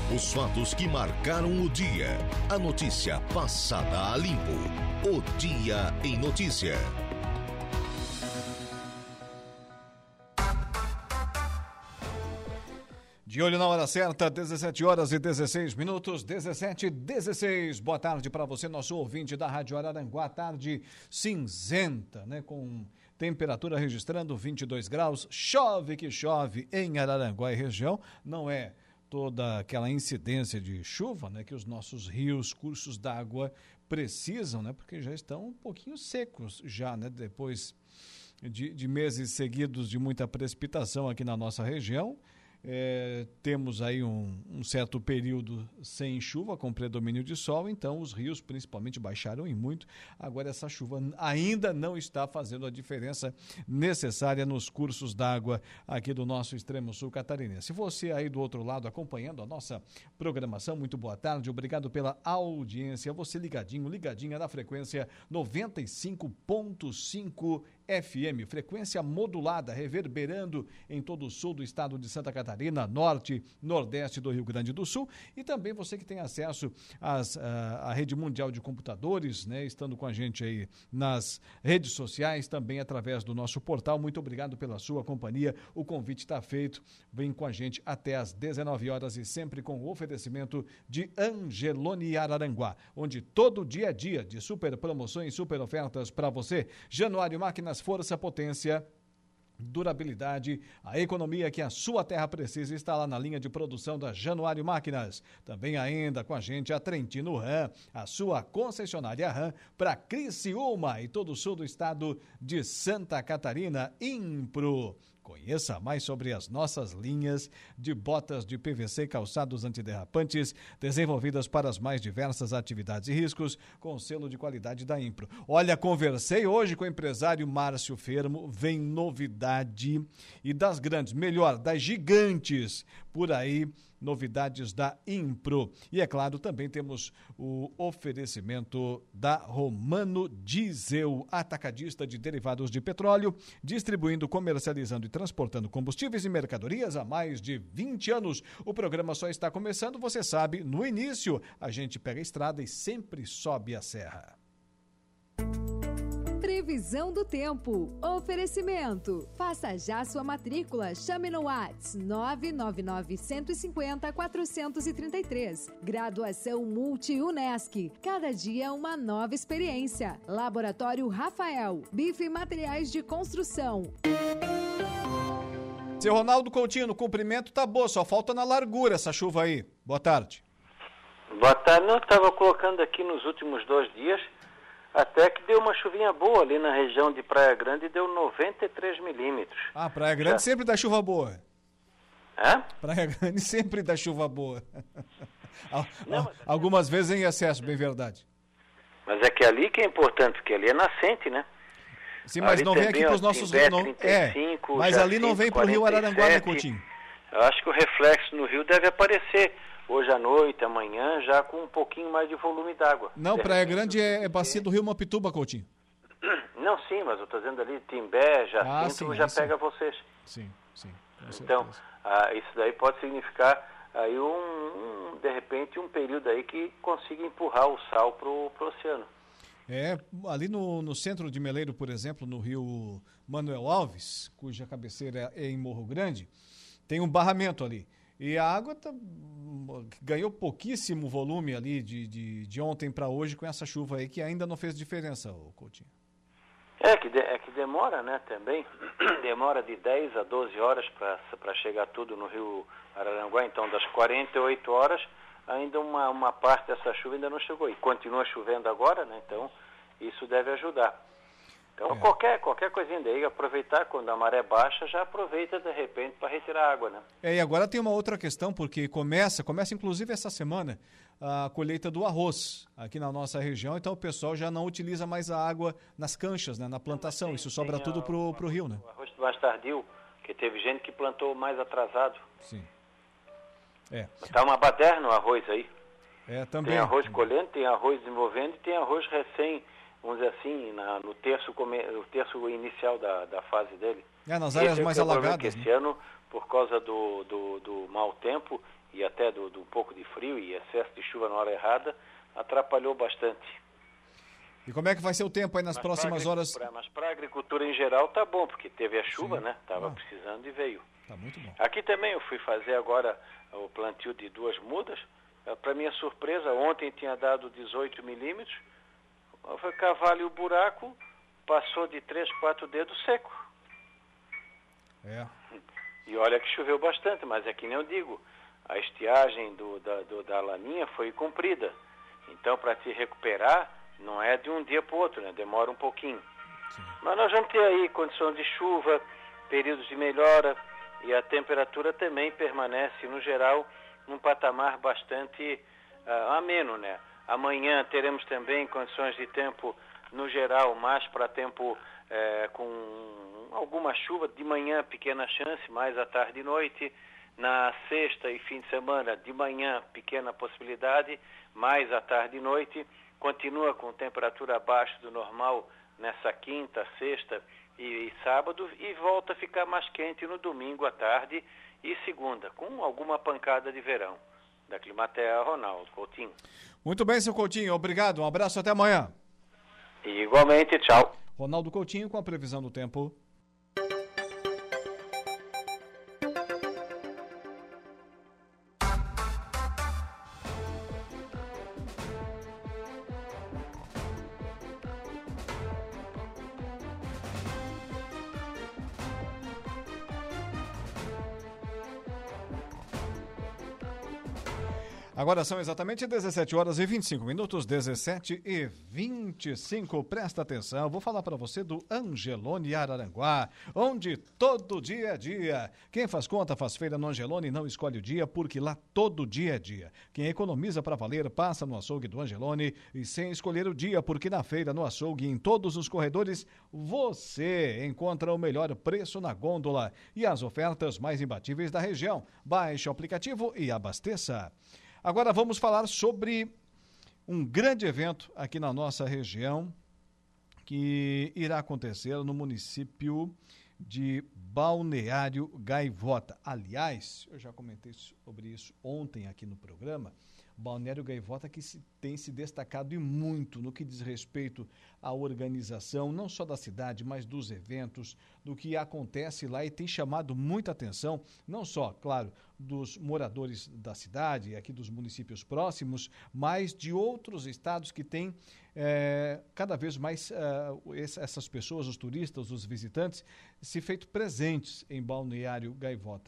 Os fatos que marcaram o dia. A notícia passada a limpo. O Dia em Notícia. De olho na hora certa, 17 horas e 16 minutos, 17:16. Boa tarde para você, nosso ouvinte da Rádio Araranguá. Tarde cinzenta, né? Com temperatura registrando 22 graus. Chove que chove em Araranguá e região. Não é toda aquela incidência de chuva, né? Que os nossos rios, cursos d'água precisam, né? Porque já estão um pouquinho secos já, né? Depois de meses seguidos de muita precipitação aqui na nossa região. Temos aí um certo período sem chuva, com predomínio de sol, então os rios principalmente baixaram em muito. Agora essa chuva ainda não está fazendo a diferença necessária nos cursos d'água aqui do nosso extremo sul catarinense. Você aí do outro lado acompanhando a nossa programação, muito boa tarde, obrigado pela audiência. Você ligadinha na frequência 95.5 FM, frequência modulada, reverberando em todo o sul do estado de Santa Catarina, norte, nordeste do Rio Grande do Sul, e também você que tem acesso à rede mundial de computadores, né, estando com a gente aí nas redes sociais, também através do nosso portal. Muito obrigado pela sua companhia, o convite está feito, vem com a gente até às 19 horas e sempre com o oferecimento de Angeloni Araranguá, onde todo dia é dia de super promoções, super ofertas para você. Januário Máquinas, força, potência, durabilidade, a economia que a sua terra precisa está lá na linha de produção da Januário Máquinas. Também ainda com a gente a Trentino Ram, a sua concessionária Ram para Criciúma e todo o sul do estado de Santa Catarina. Impro. Conheça mais sobre as nossas linhas de botas de PVC, calçados antiderrapantes, desenvolvidas para as mais diversas atividades e riscos, com selo de qualidade da Impro. Olha, conversei hoje com o empresário Márcio Fermo, vem novidade e das grandes, melhor, das gigantes por aí, novidades da Impro. E é claro, também temos o oferecimento da Romano Diesel, atacadista de derivados de petróleo, distribuindo, comercializando e transportando combustíveis e mercadorias há mais de 20 anos. O programa só está começando, você sabe, no início a gente pega a estrada e sempre sobe a serra. Previsão do tempo. Oferecimento. Faça já sua matrícula. Chame no WhatsApp 999-150-433. Graduação Multi-UNESC. Cada dia uma nova experiência. Laboratório Rafael. Bife Materiais de Construção. Seu Ronaldo Coutinho, no comprimento tá boa, só falta na largura essa chuva aí. Boa tarde. Boa tarde. Não, estava colocando aqui nos últimos 2 dias, até que deu uma chuvinha boa ali na região de Praia Grande e deu 93 milímetros. Ah, Praia Grande sempre dá chuva boa. Hã? Praia Grande sempre dá chuva boa. Não, Algumas vezes em excesso, bem verdade. Mas é que ali que é importante, porque ali é nascente, né? Sim, mas ali não vem aqui para os nossos rios. Mas ali não vem para o Rio Araranguá, né, Coutinho? Eu acho que o reflexo no rio deve aparecer hoje à noite, amanhã, já com um pouquinho mais de volume d'água. Não, Praia Grande é bacia do Rio Mapituba, Coutinho. Não, sim, mas eu estou dizendo ali, Timbé, Jacinto, já pega vocês. Sim. Então, isso daí pode significar aí de repente, um período aí que consiga empurrar o sal pro oceano. Ali no centro de Meleiro, por exemplo, no rio Manuel Alves, cuja cabeceira é em Morro Grande, tem um barramento ali. E a água ganhou pouquíssimo volume ali de ontem para hoje com essa chuva aí, que ainda não fez diferença, Coutinho. É que demora, né, também. Demora de 10 a 12 horas para chegar tudo no rio Araranguá. Então, das 48 horas, ainda uma parte dessa chuva ainda não chegou. E continua chovendo agora, né? Então, isso deve ajudar. Então, qualquer coisinha daí, aproveitar quando a maré baixa, já aproveita de repente para retirar água, né? E agora tem uma outra questão, porque começa inclusive essa semana, a colheita do arroz aqui na nossa região, então o pessoal já não utiliza mais a água nas canchas, né, na plantação, isso sobra tudo pro rio, né? O arroz mais tardio, que teve gente que plantou mais atrasado. Sim. Tá uma baderna o arroz aí. Também. Tem arroz colhendo, tem arroz desenvolvendo e tem arroz recém, vamos dizer assim, no terço inicial da fase dele. Nas áreas mais alagadas. Esse ano, por causa do mau tempo, e até do um pouco de frio e excesso de chuva na hora errada, atrapalhou bastante. E como é que vai ser o tempo aí nas próximas horas? Mas para a agricultura em geral tá bom, porque teve a chuva, né? Estava precisando e veio. Tá muito bom. Aqui também eu fui fazer agora o plantio de 2 mudas. Para minha surpresa, ontem tinha dado 18 milímetros. Foi cavalo e o buraco passou de 3, 4 dedos seco. E olha que choveu bastante, mas é que nem eu digo, a estiagem da laninha foi cumprida. Então, para se recuperar, não é de um dia para o outro, né? Demora um pouquinho. Sim. Mas nós vamos ter aí condições de chuva, períodos de melhora, e a temperatura também permanece, no geral, num patamar bastante ameno, né? Amanhã teremos também condições de tempo, no geral, mais para tempo com alguma chuva, de manhã pequena chance, mais à tarde e noite. Na sexta e fim de semana, de manhã pequena possibilidade, mais à tarde e noite. Continua com temperatura abaixo do normal nessa quinta, sexta e sábado, e volta a ficar mais quente no domingo à tarde e segunda, com alguma pancada de verão. Da Climatea, Ronaldo Coutinho. Muito bem, seu Coutinho, obrigado, um abraço, até amanhã. E igualmente, tchau. Ronaldo Coutinho com a previsão do tempo. Agora são exatamente 17 horas e 25 minutos, 17 e 25. Presta atenção, vou falar para você do Angelone Araranguá, onde todo dia é dia. Quem faz conta faz feira no Angelone e não escolhe o dia, porque lá todo dia é dia. Quem economiza para valer passa no açougue do Angelone e sem escolher o dia, porque na feira, no açougue e em todos os corredores, você encontra o melhor preço na gôndola e as ofertas mais imbatíveis da região. Baixe o aplicativo e abasteça. Agora vamos falar sobre um grande evento aqui na nossa região que irá acontecer no município de Balneário Gaivota. Aliás, eu já comentei sobre isso ontem aqui no programa. Balneário Gaivota que tem se destacado e muito no que diz respeito à organização, não só da cidade, mas dos eventos, do que acontece lá, e tem chamado muita atenção, não só, claro, dos moradores da cidade e aqui dos municípios próximos, mas de outros estados que têm cada vez mais essas pessoas, os turistas, os visitantes, se feito presentes em Balneário Gaivota.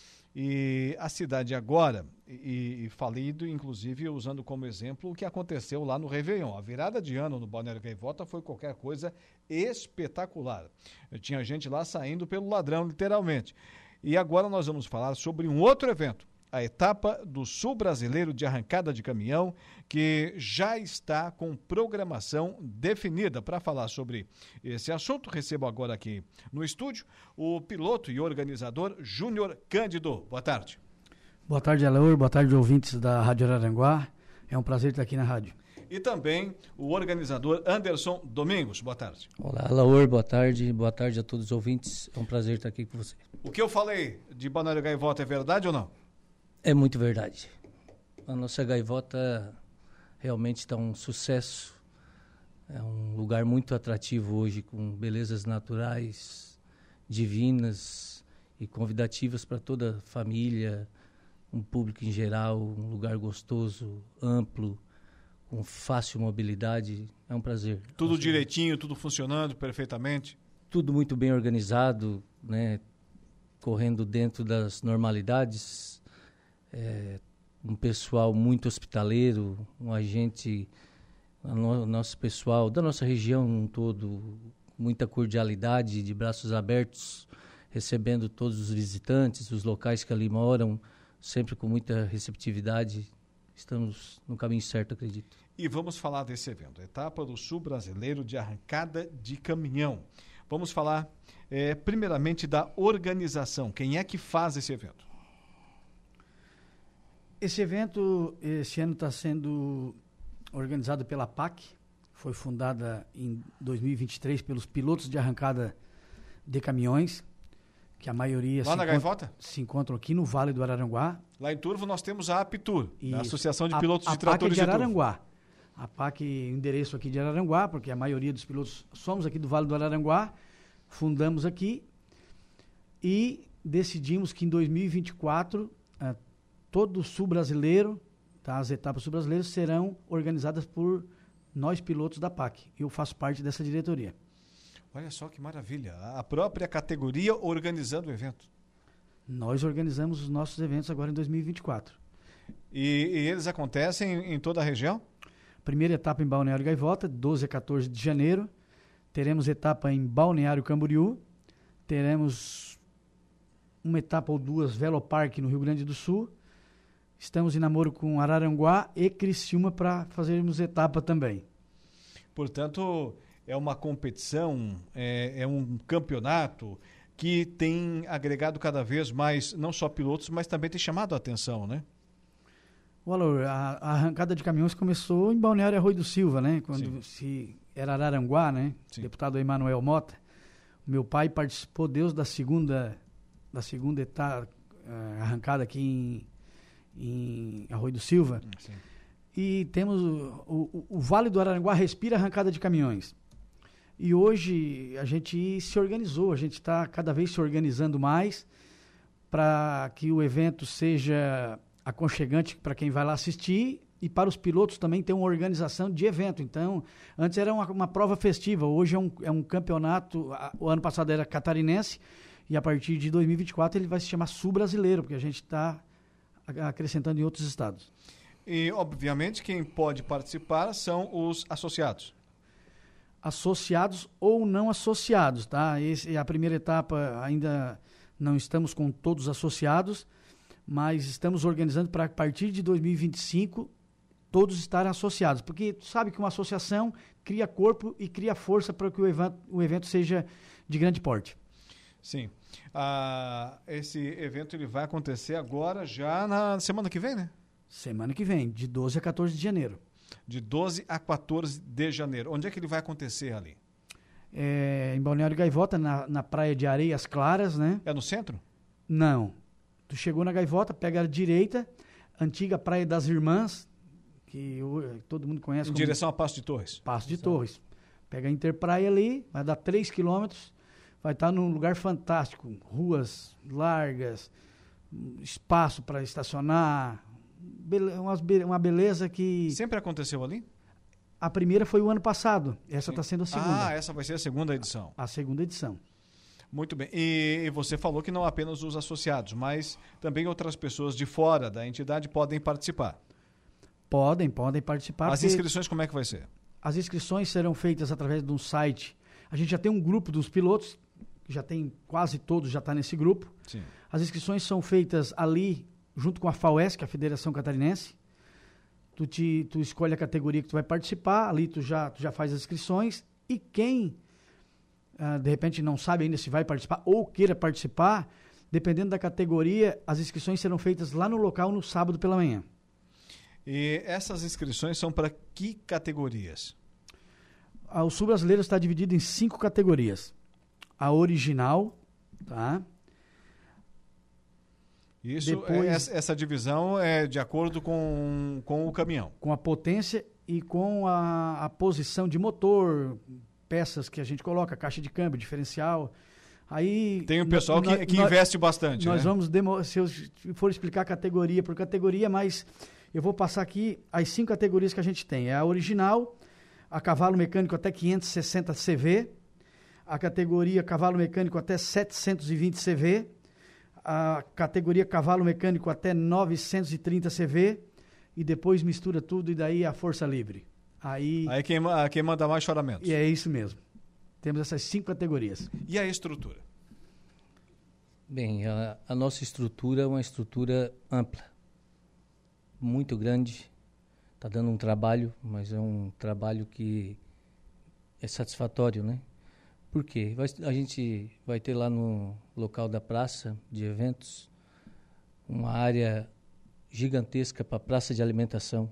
E a cidade agora, e falido, inclusive usando como exemplo o que aconteceu lá no Réveillon. A virada de ano no Balneário Gaivota foi qualquer coisa espetacular. Tinha gente lá saindo pelo ladrão, literalmente. E agora nós vamos falar sobre um outro evento, a etapa do Sul Brasileiro de Arrancada de Caminhão, que já está com programação definida. Para falar sobre esse assunto, recebo agora aqui no estúdio o piloto e organizador Júnior Cândido. Boa tarde. Boa tarde, Alaor. Boa tarde, ouvintes da Rádio Araranguá. É um prazer estar aqui na rádio. E também o organizador Anderson Domingos. Boa tarde. Olá, Alaor. Boa tarde. Boa tarde a todos os ouvintes. É um prazer estar aqui com você. O que eu falei de Balneário Gaivota é verdade ou não? É muito verdade. A nossa gaivota realmente está um sucesso. É um lugar muito atrativo hoje, com belezas naturais, divinas e convidativas para toda a família, um público em geral, um lugar gostoso, amplo, com fácil mobilidade. É um prazer. Tudo direitinho, tudo funcionando perfeitamente? Tudo muito bem organizado, né? Correndo dentro das normalidades. Um pessoal muito hospitaleiro, nosso pessoal da nossa região um todo, muita cordialidade, de braços abertos, recebendo todos os visitantes, os locais que ali moram, sempre com muita receptividade. Estamos no caminho certo, acredito. E vamos falar desse evento, a etapa do Sul Brasileiro de Arrancada de Caminhão. Vamos falar primeiramente da organização. Quem é que faz esse evento? Esse evento, esse ano está sendo organizado pela PAC, foi fundada em 2023 pelos pilotos de arrancada de caminhões, que a maioria Lá na Gaivota? se encontram aqui no Vale do Araranguá. Lá em Turvo nós temos a APTUR, a Associação de A- Pilotos de a Tratores PAC é de de Turvo. Araranguá. A PAC, endereço aqui de Araranguá, porque a maioria dos pilotos somos aqui do Vale do Araranguá, fundamos aqui e decidimos que em 2024 todo o sul brasileiro, tá, as etapas sul brasileiras serão organizadas por nós pilotos da PAC. Eu faço parte dessa diretoria. Olha só que maravilha, a própria categoria organizando o evento. Nós organizamos os nossos eventos agora em 2024. E eles acontecem em toda a região? Primeira etapa em Balneário Gaivota, 12 a 14 de janeiro. Teremos etapa em Balneário Camboriú. Teremos uma etapa ou duas Velopark no Rio Grande do Sul. Estamos em namoro com Araranguá e Criciúma para fazermos etapa também. Portanto, é uma competição, é um campeonato que tem agregado cada vez mais, não só pilotos, mas também tem chamado a atenção, né? Olha, a arrancada de caminhões começou em Balneário Arroio do Silva, né? Quando se era Araranguá, né? Sim. Deputado Emanuel Mota. Meu pai participou da segunda etapa, arrancada aqui em Arroio do Silva. Sim. E temos o Vale do Araranguá respira arrancada de caminhões. E hoje a gente se organizou, a gente está cada vez se organizando mais para que o evento seja aconchegante para quem vai lá assistir e para os pilotos também ter uma organização de evento. Então, antes era uma prova festiva, hoje é um campeonato, o ano passado era catarinense e a partir de 2024 ele vai se chamar Sul Brasileiro, porque a gente está acrescentando em outros estados. E, obviamente, quem pode participar são os associados. Associados ou não associados, tá? A primeira etapa ainda não estamos com todos associados, mas estamos organizando para a partir de 2025 todos estarem associados, porque tu sabe que uma associação cria corpo e cria força para que o evento seja de grande porte. Sim. Esse evento ele vai acontecer agora, já na semana que vem, né? Semana que vem, de 12 a 14 de janeiro. De 12 a 14 de janeiro. Onde é que ele vai acontecer ali? Em Balneário Gaivota, na praia de Areias Claras, né? É no centro? Não. Tu chegou na Gaivota, pega a direita, antiga Praia das Irmãs, que todo mundo conhece. Em direção a Passo de Torres. Passo de Torres. Pega a Interpraia ali, vai dar 3 quilômetros, vai estar num lugar fantástico, ruas largas, espaço para estacionar, uma beleza que... Sempre aconteceu ali? A primeira foi o ano passado, essa está sendo a segunda. Essa vai ser a segunda edição. A segunda edição. Muito bem. E você falou que não apenas os associados, mas também outras pessoas de fora da entidade podem participar. Podem participar. As inscrições como é que vai ser? As inscrições serão feitas através de um site. A gente já tem um grupo dos pilotos, já tem quase todos, já está nesse grupo. Sim. As inscrições são feitas ali, junto com a FAUES, que é a Federação Catarinense. Tu escolhe a categoria que tu vai participar, ali tu já faz as inscrições. E quem, de repente, não sabe ainda se vai participar ou queira participar, dependendo da categoria, as inscrições serão feitas lá no local no sábado pela manhã. E essas inscrições são para que categorias? O Sul Brasileiro está dividido em 5 categorias. A original, tá? Isso, Depois, essa divisão é de acordo com o caminhão. Com a potência e com a posição de motor, peças que a gente coloca, caixa de câmbio, diferencial. Aí tem o pessoal que investe bastante. Nós né? vamos, se eu for explicar categoria por categoria, mas eu vou passar aqui as 5 categorias que a gente tem. É a original, a cavalo mecânico até 560 CV, a categoria cavalo mecânico até 720 CV, a categoria cavalo mecânico até 930 CV e depois mistura tudo e daí a força livre. Aí quem manda mais chora menos. E é isso mesmo. Temos essas 5 categorias. E a estrutura? Bem, a nossa estrutura é uma estrutura ampla, muito grande. Está dando um trabalho, mas é um trabalho que é satisfatório, né? Por quê? A gente vai ter lá no local da praça de eventos uma área gigantesca para praça de alimentação.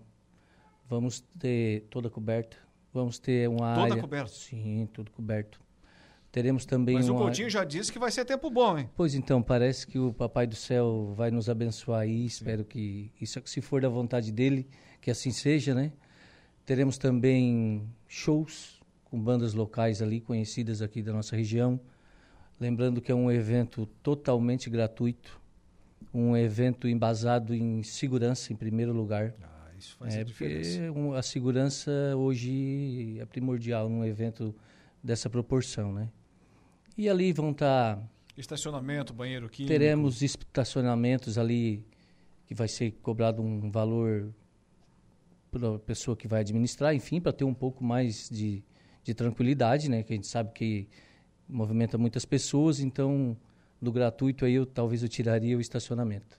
Vamos ter toda coberta. Vamos ter uma área... Toda coberta? Sim, tudo coberto. Teremos também Mas o Coutinho já disse que vai ser tempo bom, hein? Pois então, parece que o Papai do Céu vai nos abençoar aí. Espero que isso, se for da vontade dele, que assim seja, né? Teremos também shows com bandas locais ali, conhecidas aqui da nossa região. Lembrando que é um evento totalmente gratuito, um evento embasado em segurança em primeiro lugar. Isso faz a diferença. Porque a segurança hoje é primordial num evento dessa proporção, né? E ali vão estar... Estacionamento, banheiro químico. Teremos estacionamentos ali que vai ser cobrado um valor para a pessoa que vai administrar, enfim, para ter um pouco mais de tranquilidade, né? Que a gente sabe que movimenta muitas pessoas, então do gratuito aí talvez eu tiraria o estacionamento.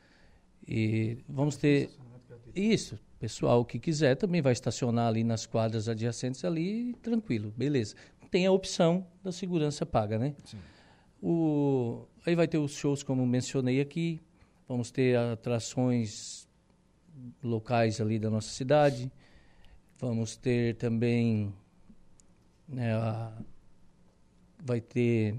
E vamos ter... Isso, pessoal que quiser também vai estacionar ali nas quadras adjacentes ali, tranquilo, beleza. Tem a opção da segurança paga, né? Sim. Aí vai ter os shows, como mencionei aqui, vamos ter atrações locais ali da nossa cidade, vamos ter também, né, vai ter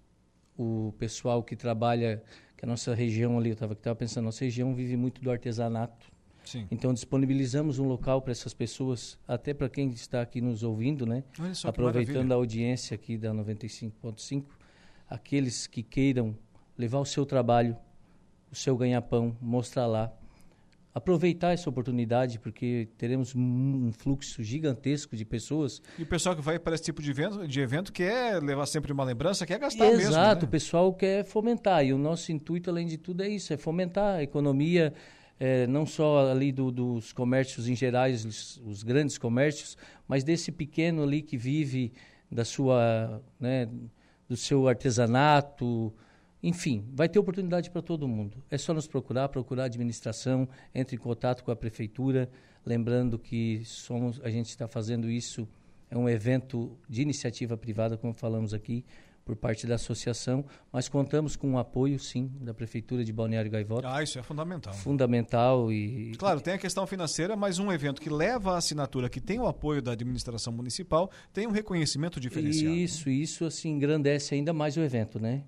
o pessoal que trabalha, que a nossa região ali, eu estava pensando, nossa região vive muito do artesanato. Sim. Então disponibilizamos um local para essas pessoas, até para quem está aqui nos ouvindo, né? Olha só, aproveitando a audiência aqui da 95.5, aqueles que queiram levar o seu trabalho, o seu ganha-pão, mostrar lá, aproveitar essa oportunidade, porque teremos um fluxo gigantesco de pessoas. E o pessoal que vai para esse tipo de evento quer levar sempre uma lembrança, quer gastar mesmo, Exato, né? O pessoal quer fomentar, e o nosso intuito, além de tudo, é isso, é fomentar a economia, não só ali dos comércios em gerais, os grandes comércios, mas desse pequeno ali que vive da sua, né, do seu artesanato, enfim, vai ter oportunidade para todo mundo. É só nos procurar a administração, entre em contato com a prefeitura, lembrando que a gente está fazendo isso, é um evento de iniciativa privada, como falamos aqui, por parte da associação, mas contamos com o apoio, sim, da Prefeitura de Balneário Gaivota. Isso é fundamental. Fundamental e... Claro, tem a questão financeira, mas um evento que leva a assinatura, que tem o apoio da administração municipal, tem um reconhecimento diferenciado. Isso assim, engrandece ainda mais o evento, né?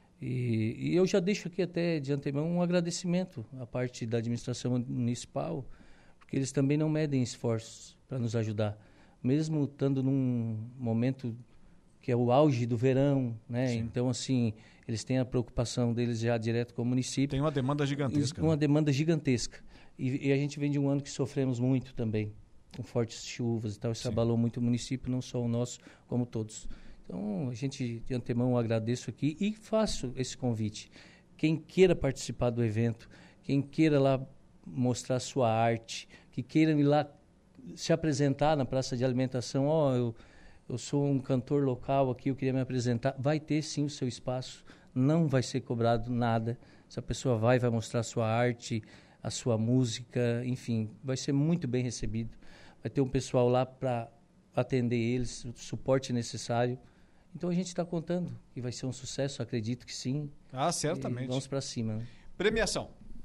E eu já deixo aqui até de antemão um agradecimento à parte da administração municipal, porque eles também não medem esforços para nos ajudar. Mesmo estando num momento que é o auge do verão, né? Sim. Então, assim, eles têm a preocupação deles já direto com o município. Tem uma demanda gigantesca. Uma demanda gigantesca. E a gente vem de um ano que sofremos muito também, com fortes chuvas e tal. Isso abalou muito o município, não só o nosso, como todos. Então, a gente, de antemão, agradeço aqui e faço esse convite. Quem queira participar do evento, quem queira lá mostrar sua arte, que queira ir lá se apresentar na praça de alimentação, eu sou um cantor local aqui, eu queria me apresentar. Vai ter sim o seu espaço, não vai ser cobrado nada. Essa pessoa vai mostrar a sua arte, a sua música, enfim, vai ser muito bem recebido. Vai ter um pessoal lá para atender eles, o suporte necessário. Então a gente está contando que vai ser um sucesso, acredito que sim. Certamente. E vamos para cima. Né? Premiação.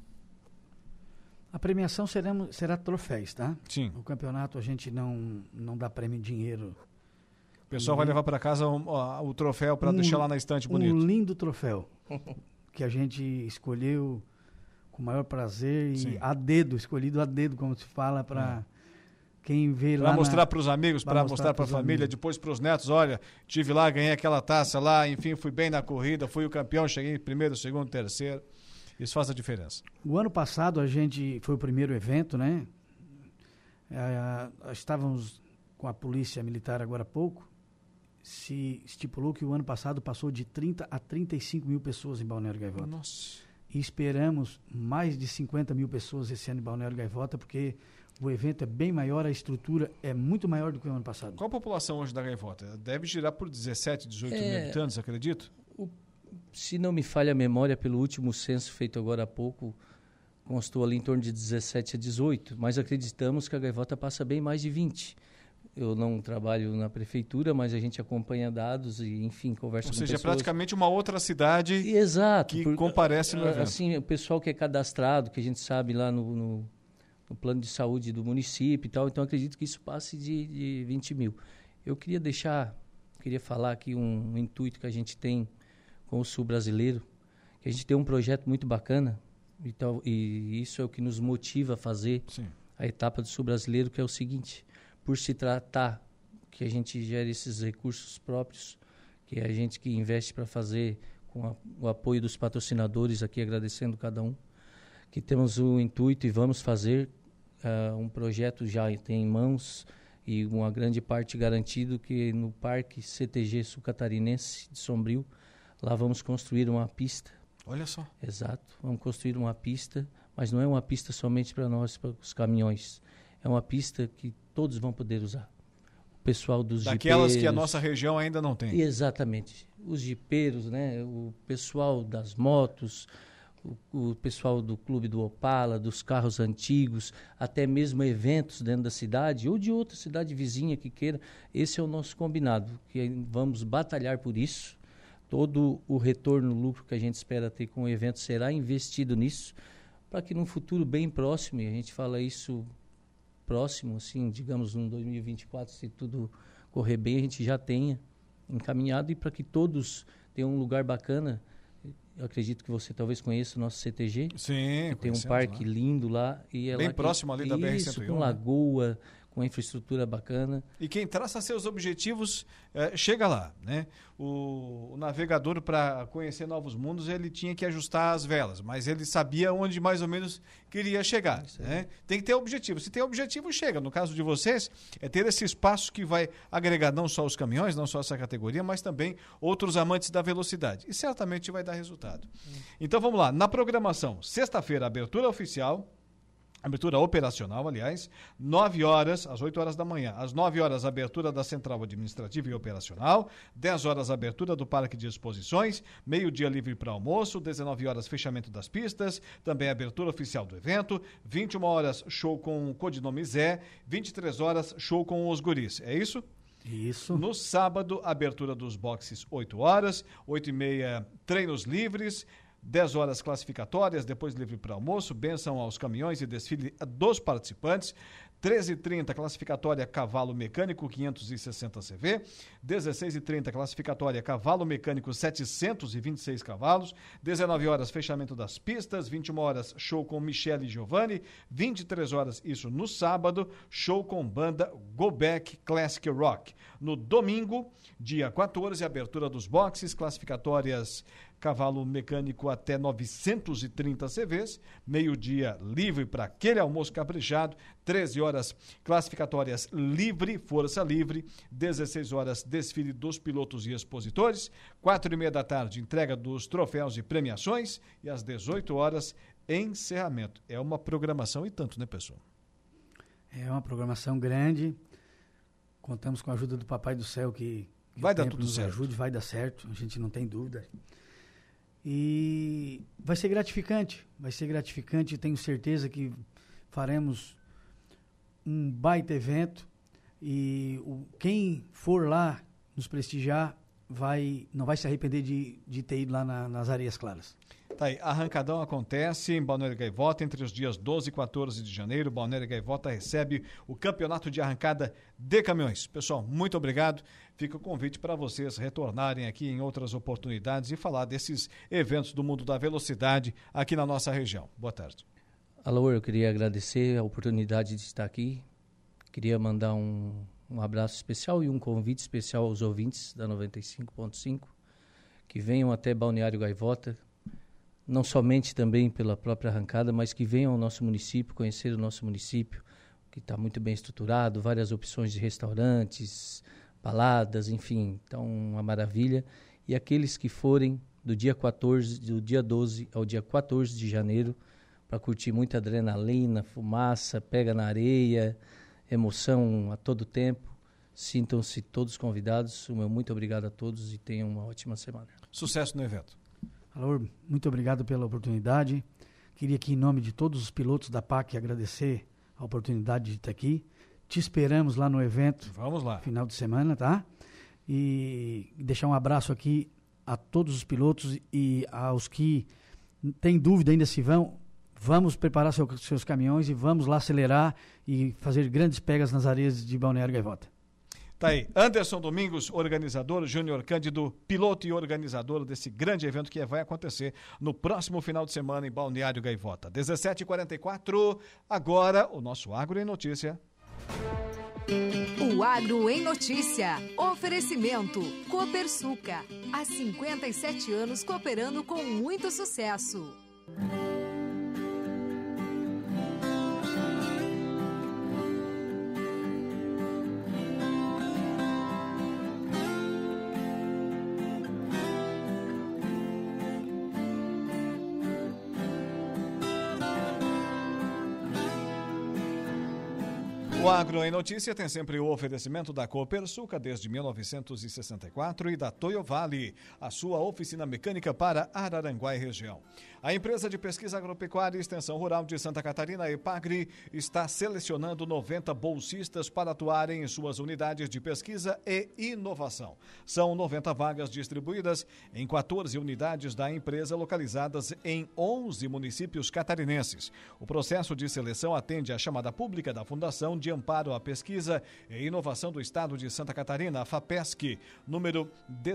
A premiação será troféus, tá? Sim. O campeonato a gente não dá prêmio em dinheiro. O pessoal vai levar para casa o troféu para deixar lá na estante bonito. Um lindo troféu que a gente escolheu com o maior prazer e escolhido a dedo, como se fala, para quem vê lá. Para mostrar para os amigos, para mostrar para a família, amigos. Depois para os netos, olha, tive lá, ganhei aquela taça lá, enfim, fui bem na corrida, fui o campeão, cheguei em primeiro, segundo, terceiro. Isso faz a diferença. O ano passado foi o primeiro evento, né? Estávamos com a polícia militar agora há pouco. Se estipulou que o ano passado passou de 30 a 35 mil pessoas em Balneário Gaivota. Nossa. E esperamos mais de 50 mil pessoas esse ano em Balneário Gaivota, porque o evento é bem maior, a estrutura é muito maior do que o ano passado. Qual a população hoje da Gaivota? Deve girar por 17, 18 mil habitantes, acredito? Se não me falha a memória, pelo último censo feito agora há pouco, constou ali em torno de 17 a 18, mas acreditamos que a Gaivota passa bem mais de 20. Eu não trabalho na prefeitura, mas a gente acompanha dados e, enfim, conversa com pessoas. Ou seja, é praticamente uma outra cidade Exato, que comparece no evento. Assim, o pessoal que é cadastrado, que a gente sabe lá no plano de saúde do município e tal, então acredito que isso passe de 20 mil. Eu queria deixar queria falar aqui um intuito que a gente tem com o Sul Brasileiro, que a gente tem um projeto muito bacana, e isso é o que nos motiva a fazer a etapa do Sul Brasileiro, que é o seguinte: por se tratar que a gente gere esses recursos próprios, que é a gente que investe para fazer com o apoio dos patrocinadores, aqui agradecendo cada um, que temos o intuito e vamos fazer um projeto já tem em mãos e uma grande parte garantido, que no Parque CTG Sul Catarinense de Sombrio, lá vamos construir uma pista. Olha só. Exato, vamos construir uma pista, mas não é uma pista somente para nós, para os caminhões. É uma pista que todos vão poder usar. O pessoal dos daquelas jipeiros, que a nossa região ainda não tem. Exatamente. Os jipeiros, né? O pessoal das motos, o pessoal do Clube do Opala, dos carros antigos, até mesmo eventos dentro da cidade ou de outra cidade vizinha que queira. Esse é o nosso combinado, que vamos batalhar por isso. Todo o retorno, o lucro que a gente espera ter com o evento será investido nisso, para que num futuro bem próximo, e a gente fala isso próximo, assim, digamos, no 2024, se tudo correr bem, a gente já tenha encaminhado, e para que todos tenham um lugar bacana. Eu acredito que você talvez conheça o nosso CTG. Sim, que tem um parque lindo lá. E é bem lá próximo ali da BR-101. Isso, com lagoa, com infraestrutura bacana. E quem traça seus objetivos chega lá, né? O navegador, para conhecer novos mundos, ele tinha que ajustar as velas, mas ele sabia onde mais ou menos queria chegar, né? Tem que ter objetivo. Se tem objetivo, chega. No caso de vocês, é ter esse espaço que vai agregar não só os caminhões, não só essa categoria, mas também outros amantes da velocidade. E certamente vai dar resultado. Então vamos lá. Na programação, sexta-feira, abertura oficial. Abertura operacional, aliás, 9 horas, às 8 horas da manhã. Às 9 horas, abertura da Central Administrativa e Operacional. 10 horas, abertura do Parque de Exposições. Meio-dia livre para almoço. 19 horas, fechamento das pistas. Também abertura oficial do evento. 21 horas, show com o Codinome Zé. 23 horas, show com os guris. É isso? Isso. No sábado, abertura dos boxes 8 horas. 8h30, treinos livres. 10 horas classificatórias, depois livre para almoço, bênção aos caminhões e desfile dos participantes. 13h30, classificatória cavalo mecânico 560 CV. 16h30, classificatória cavalo mecânico 726 cavalos. 19 horas, fechamento das pistas. 21 horas, show com Michele e Giovanni. 23 horas, isso no sábado, show com banda Go Back Classic Rock. No domingo, dia 14, abertura dos boxes, classificatórias cavalo mecânico até 930 CVs, meio-dia livre para aquele almoço caprichado, 13 horas classificatórias livre, força livre, 16 horas desfile dos pilotos e expositores, 4h30 da tarde entrega dos troféus e premiações e às 18 horas encerramento. É uma programação e tanto, né, pessoal? É uma programação grande, contamos com a ajuda do Papai do Céu que vai dar tudo certo. Ajude, vai dar certo, a gente não tem dúvida. E vai ser gratificante, tenho certeza que faremos um baita evento e quem for lá nos prestigiar não vai se arrepender de ter ido lá nas Areias Claras. Tá aí, Arrancadão acontece em Balneário Gaivota entre os dias 12 e 14 de janeiro. Balneário Gaivota recebe o campeonato de arrancada de caminhões. Pessoal, muito obrigado. Fica o convite para vocês retornarem aqui em outras oportunidades e falar desses eventos do mundo da velocidade aqui na nossa região. Boa tarde. Alô, eu queria agradecer a oportunidade de estar aqui. Queria mandar um abraço especial e um convite especial aos ouvintes da 95.5 que venham até Balneário Gaivota, não somente também pela própria arrancada, mas que venham ao nosso município, conhecer o nosso município, que está muito bem estruturado, várias opções de restaurantes, baladas, enfim, então uma maravilha. E aqueles que forem do dia 12 ao dia 14 de janeiro, para curtir muita adrenalina, fumaça, pega na areia, emoção a todo tempo, sintam-se todos convidados. O meu muito obrigado a todos e tenham uma ótima semana. Sucesso no evento. Alô, muito obrigado pela oportunidade. Queria aqui, em nome de todos os pilotos da PAC, agradecer a oportunidade de estar aqui. Te esperamos lá no evento. Vamos lá. Final de semana, tá? E deixar um abraço aqui a todos os pilotos e aos que têm dúvida ainda se vão. Vamos preparar seus caminhões e vamos lá acelerar e fazer grandes pegas nas areias de Balneário Gaivota. Tá aí, Anderson Domingos, organizador, Júnior Cândido, piloto e organizador desse grande evento que vai acontecer no próximo final de semana em Balneário Gaivota. 17h44, agora o nosso Agro em Notícia. O Agro em Notícia. Oferecimento Copersuca. Há 57 anos cooperando com muito sucesso. O Agro em Notícia tem sempre o oferecimento da Copersuca desde 1964 e da Toyo Vale, a sua oficina mecânica para Araranguá e região. A empresa de pesquisa agropecuária e extensão rural de Santa Catarina, a EPAGRE, está selecionando 90 bolsistas para atuarem em suas unidades de pesquisa e inovação. São 90 vagas distribuídas em 14 unidades da empresa localizadas em 11 municípios catarinenses. O processo de seleção atende à chamada pública da Fundação de Amparo à Pesquisa e Inovação do Estado de Santa Catarina, a FAPESC, número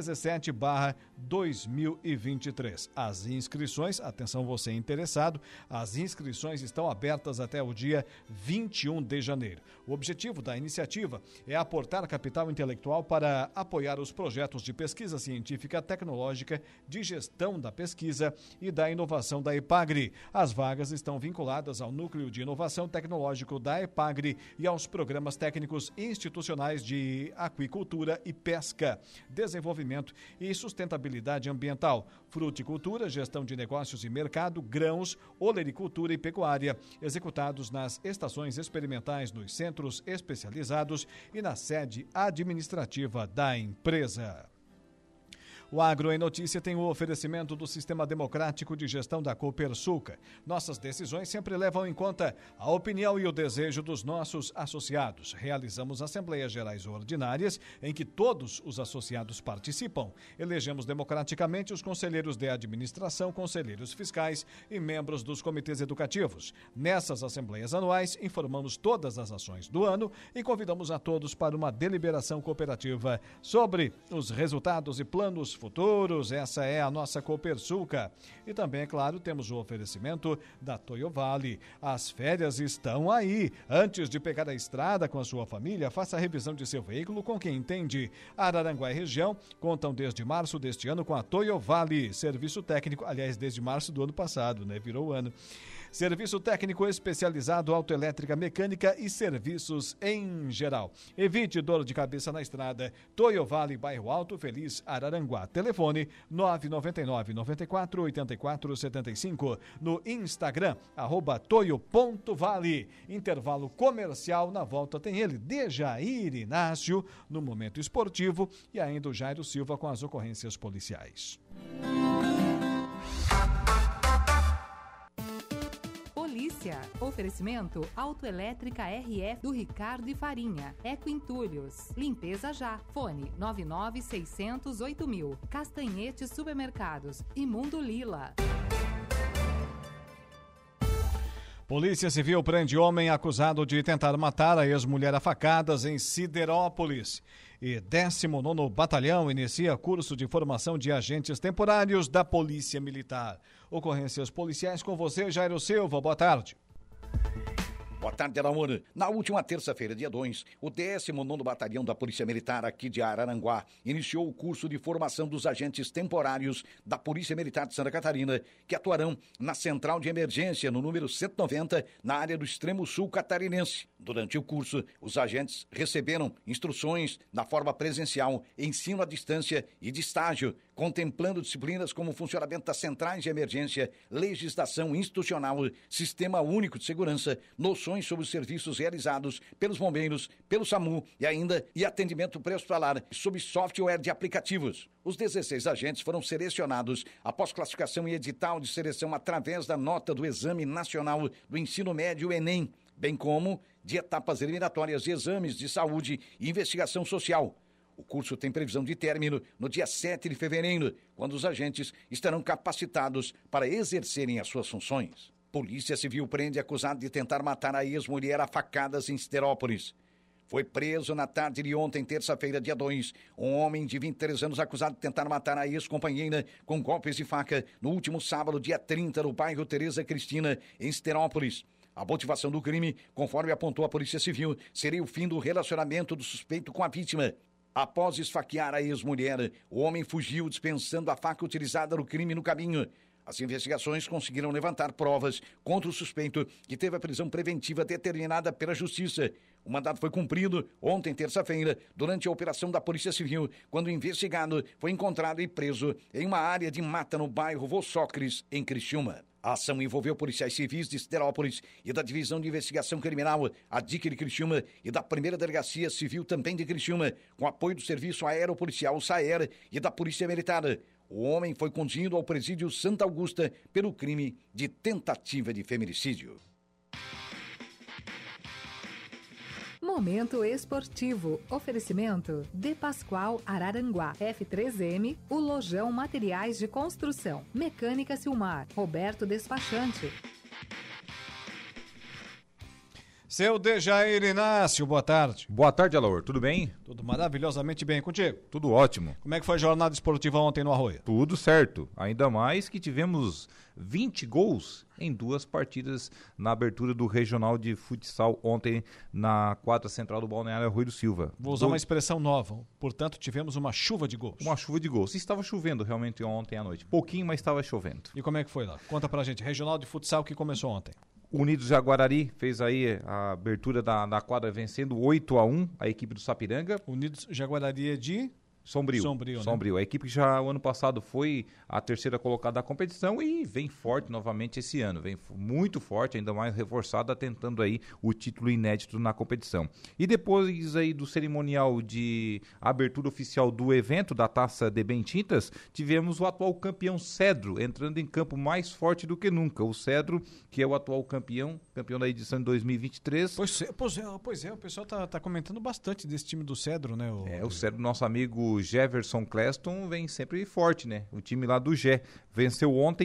17/2023. As inscrições, atenção você interessado, as inscrições estão abertas até o dia 21 de janeiro. O objetivo da iniciativa é aportar capital intelectual para apoiar os projetos de pesquisa científica tecnológica, de gestão da pesquisa e da inovação da EPAGRE. As vagas estão vinculadas ao Núcleo de Inovação Tecnológico da EPAGRE e aos programas técnicos institucionais de aquicultura e pesca, desenvolvimento e sustentabilidade ambiental, fruticultura, gestão de negócios e mercado, grãos, olericultura e pecuária, executados nas estações experimentais nos centros especializados e na sede administrativa da empresa. O Agro em Notícia tem o oferecimento do Sistema Democrático de Gestão da Copersuca. Nossas decisões sempre levam em conta a opinião e o desejo dos nossos associados. Realizamos assembleias gerais ordinárias em que todos os associados participam. Elegemos democraticamente os conselheiros de administração, conselheiros fiscais e membros dos comitês educativos. Nessas assembleias anuais, informamos todas as ações do ano e convidamos a todos para uma deliberação cooperativa sobre os resultados e planos futuros. Essa é a nossa Copersuca. E também, é claro, temos o oferecimento da Toyo Vale. As férias estão aí. Antes de pegar a estrada com a sua família, faça a revisão de seu veículo com quem entende. Araranguá e região contam desde março deste ano com a Toyo Vale. Serviço técnico, aliás, desde março do ano passado, né? Virou o ano. Serviço técnico especializado, autoelétrica, mecânica e serviços em geral. Evite dor de cabeça na estrada. Toyo Vale, bairro Alto Feliz, Araranguá. Telefone 999-94-8475. No Instagram, @toyo.vale. Intervalo comercial. Na volta tem ele, Dejair Inácio, no Momento Esportivo, e ainda o Jairo Silva com as ocorrências policiais. Oferecimento Autoelétrica RF do Ricardo e Farinha. Eco Entulhos. Limpeza já. Fone 99-600-8000. Castanhetes Supermercados. E Mundo Lila. Polícia Civil prende homem acusado de tentar matar a ex-mulher a facadas em Siderópolis. E 19º Batalhão inicia curso de formação de agentes temporários da Polícia Militar. Ocorrências policiais com você, Jairo Silva. Boa tarde. Boa tarde, Alaor. Na última terça-feira, dia 2, o 19º Batalhão da Polícia Militar aqui de Araranguá iniciou o curso de formação dos agentes temporários da Polícia Militar de Santa Catarina, que atuarão na Central de Emergência, no número 190, na área do extremo sul catarinense. Durante o curso, os agentes receberam instruções na forma presencial, ensino à distância e de estágio, contemplando disciplinas como funcionamento das centrais de emergência, legislação institucional, sistema único de segurança, noções sobre os serviços realizados pelos bombeiros, pelo SAMU e atendimento pré-hospitalar sob software de aplicativos. Os 16 agentes foram selecionados após classificação e edital de seleção através da nota do Exame Nacional do Ensino Médio, Enem, bem como de etapas eliminatórias de exames de saúde e investigação social. O curso tem previsão de término no dia 7 de fevereiro, quando os agentes estarão capacitados para exercerem as suas funções. Polícia Civil prende acusado de tentar matar a ex-mulher a facadas em Siderópolis. Foi preso na tarde de ontem, terça-feira, dia 2, um homem de 23 anos acusado de tentar matar a ex-companheira com golpes de faca no último sábado, dia 30, no bairro Tereza Cristina, em Siderópolis. A motivação do crime, conforme apontou a Polícia Civil, seria o fim do relacionamento do suspeito com a vítima. Após esfaquear a ex-mulher, o homem fugiu dispensando a faca utilizada no crime no caminho. As investigações conseguiram levantar provas contra o suspeito, que teve a prisão preventiva determinada pela Justiça. O mandado foi cumprido ontem, terça-feira, durante a operação da Polícia Civil, quando o investigado foi encontrado e preso em uma área de mata no bairro Vossócris, em Criciúma. A ação envolveu policiais civis de Siderópolis e da Divisão de Investigação Criminal, a DIC de Criciúma, e da Primeira Delegacia Civil também de Criciúma, com apoio do Serviço Aeropolicial SAER e da Polícia Militar. O homem foi conduzido ao presídio Santa Augusta pelo crime de tentativa de feminicídio. Momento esportivo. Oferecimento De Pascoal Araranguá. F3M, o Lojão Materiais de Construção. Mecânica Silmar. Roberto Despachante. Seu Dejair Inácio, boa tarde. Boa tarde, Alaor. Tudo bem? Tudo maravilhosamente bem contigo. Tudo ótimo. Como é que foi a jornada esportiva ontem no Arroio? Tudo certo. Ainda mais que tivemos 20 gols em 2 partidas na abertura do Regional de Futsal ontem na quadra central do Balneário Arroio do Silva. Vou usar uma expressão nova. Portanto, tivemos uma chuva de gols. Uma chuva de gols. Estava chovendo realmente ontem à noite. Pouquinho, mas estava chovendo. E como é que foi lá? Conta pra gente. Regional de Futsal que começou ontem. Unidos Jaguarari fez aí a abertura da quadra vencendo 8-1 a equipe do Sapiranga. Unidos Jaguarari é de... Sombrio. Né? A equipe que já o ano passado foi a terceira colocada da competição e vem forte novamente esse ano. Vem muito forte, ainda mais reforçada, tentando aí o título inédito na competição. E depois aí do cerimonial de abertura oficial do evento da Taça de Bentintas, tivemos o atual campeão Cedro entrando em campo mais forte do que nunca. O Cedro, que é o atual campeão da edição de 2023. Pois é, o pessoal tá comentando bastante desse time do Cedro, né? O Cedro, nosso amigo Jefferson Cleston, vem sempre forte, né? O time lá do Gé venceu ontem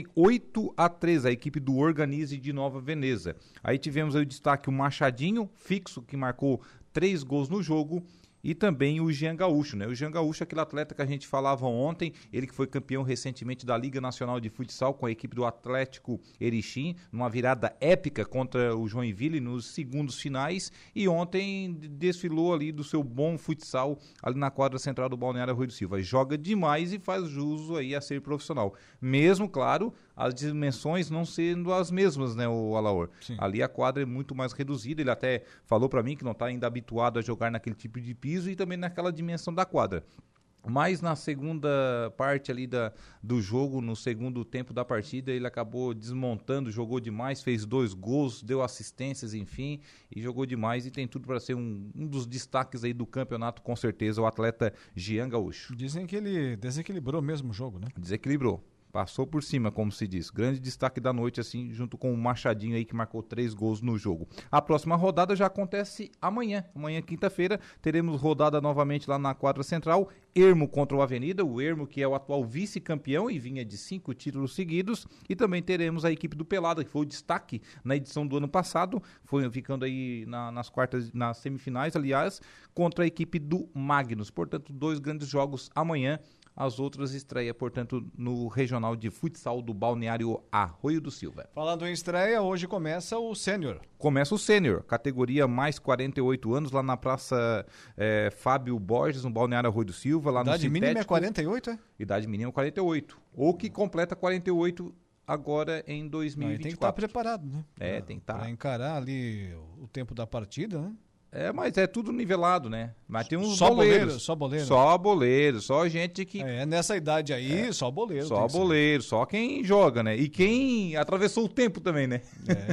8-3 a equipe do Organize de Nova Veneza. Aí tivemos aí o destaque o Machadinho, fixo, que marcou 3 gols no jogo. E também o Jean Gaúcho, né? O Jean Gaúcho é aquele atleta que a gente falava ontem, ele que foi campeão recentemente da Liga Nacional de Futsal com a equipe do Atlético Erechim, numa virada épica contra o Joinville nos segundos finais, e ontem desfilou ali do seu bom futsal ali na quadra central do Balneário Arroio do Silva. Joga demais e faz jus aí a ser profissional. Mesmo, claro, as dimensões não sendo as mesmas, né, o Alaor? Sim. Ali a quadra é muito mais reduzida, ele até falou para mim que não está ainda habituado a jogar naquele tipo de piso e também naquela dimensão da quadra. Mas na segunda parte ali do jogo, no segundo tempo da partida, ele acabou desmontando, jogou demais, fez 2 gols, deu assistências, enfim, e jogou demais e tem tudo para ser um dos destaques aí do campeonato, com certeza, o atleta Jean Gaúcho. Dizem que ele desequilibrou mesmo o jogo, né? Desequilibrou. Passou por cima, como se diz. Grande destaque da noite, assim, junto com o Machadinho aí, que marcou 3 gols no jogo. A próxima rodada já acontece amanhã. Amanhã, quinta-feira, teremos rodada novamente lá na quadra central. Ermo contra o Avenida. O Ermo, que é o atual vice-campeão e vinha de 5 títulos seguidos. E também teremos a equipe do Pelada, que foi o destaque na edição do ano passado. Foi ficando aí nas semifinais, aliás, contra a equipe do Magnus. Portanto, 2 grandes jogos amanhã. As outras estreia, portanto, no Regional de Futsal do Balneário Arroio do Silva. Falando em estreia, hoje começa o Sênior. Começa o Sênior, categoria mais 48 anos, lá na Praça Fábio Borges, no Balneário Arroio do Silva. Lá Idade no mínima é 48, é? Idade mínima é 48. Ou que completa 48 agora em 2024. Tem que estar preparado, né? Tem que estar. Para encarar ali o tempo da partida, né? Mas é tudo nivelado, né? Mas tem uns só boleiros. Só boleiro. Só boleiro, só gente que... nessa idade aí, só boleiro. Só boleiro, só quem joga, né? E quem atravessou o tempo também, né?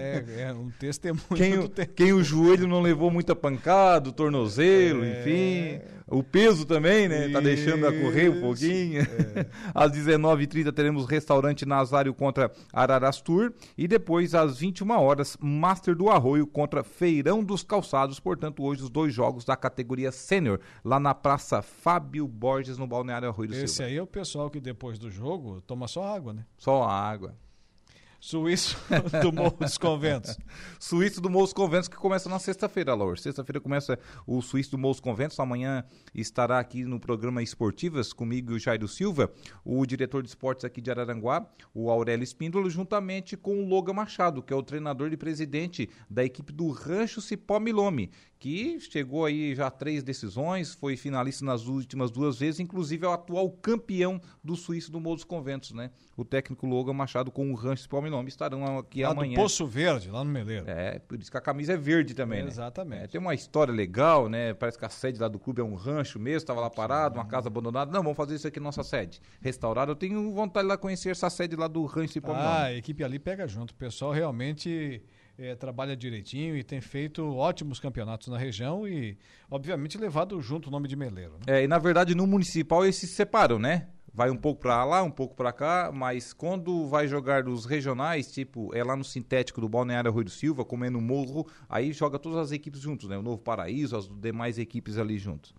É um testemunho do tempo. Quem o joelho não levou muita pancada, o tornozelo, enfim... O peso também, né? Tá deixando a correr um pouquinho. Às 19h30 teremos Restaurante Nazário contra Ararastur. E depois, às 21 horas, Master do Arroio contra Feirão dos Calçados. Portanto, hoje os 2 jogos da categoria Sênior, lá na Praça Fábio Borges, no Balneário Arroio do Silva. Esse aí é o pessoal que depois do jogo toma só água, né? Só água. Suíço do Morro dos Conventos. Suíço do Morro dos Conventos, que começa na sexta-feira, Laura. Sexta-feira começa o Suíço do Morro dos Conventos. Amanhã estará aqui no programa Esportivas, comigo e o Jairo Silva, o diretor de esportes aqui de Araranguá, o Aurélio Espíndola, juntamente com o Logan Machado, que é o treinador e presidente da equipe do Rancho Cipó Milome, que chegou aí já a 3 decisões, foi finalista nas últimas 2 vezes, inclusive é o atual campeão do Suíço do Morro dos Conventos, né? O técnico Logan Machado com o Rancho Cipó Milome estarão aqui lá amanhã. Do Poço Verde, lá no Meleiro. Por isso que a camisa é verde também, né? Exatamente. Tem uma história legal, né? Parece que a sede lá do clube é um rancho mesmo, estava lá parado, uma casa abandonada. Não, vamos fazer isso aqui na nossa sede. Restaurada, eu tenho vontade de lá conhecer essa sede lá do Rancho Cipó Milome. A equipe ali pega junto. O pessoal realmente trabalha direitinho e tem feito ótimos campeonatos na região e, obviamente, levado junto o nome de Meleiro. Né? E na verdade no municipal eles se separam, né? Vai um pouco pra lá, um pouco pra cá, mas quando vai jogar nos regionais, tipo, lá no sintético do Balneário Arroio do Silva, comendo morro, aí joga todas as equipes juntos, né? O Novo Paraíso, as demais equipes ali juntos.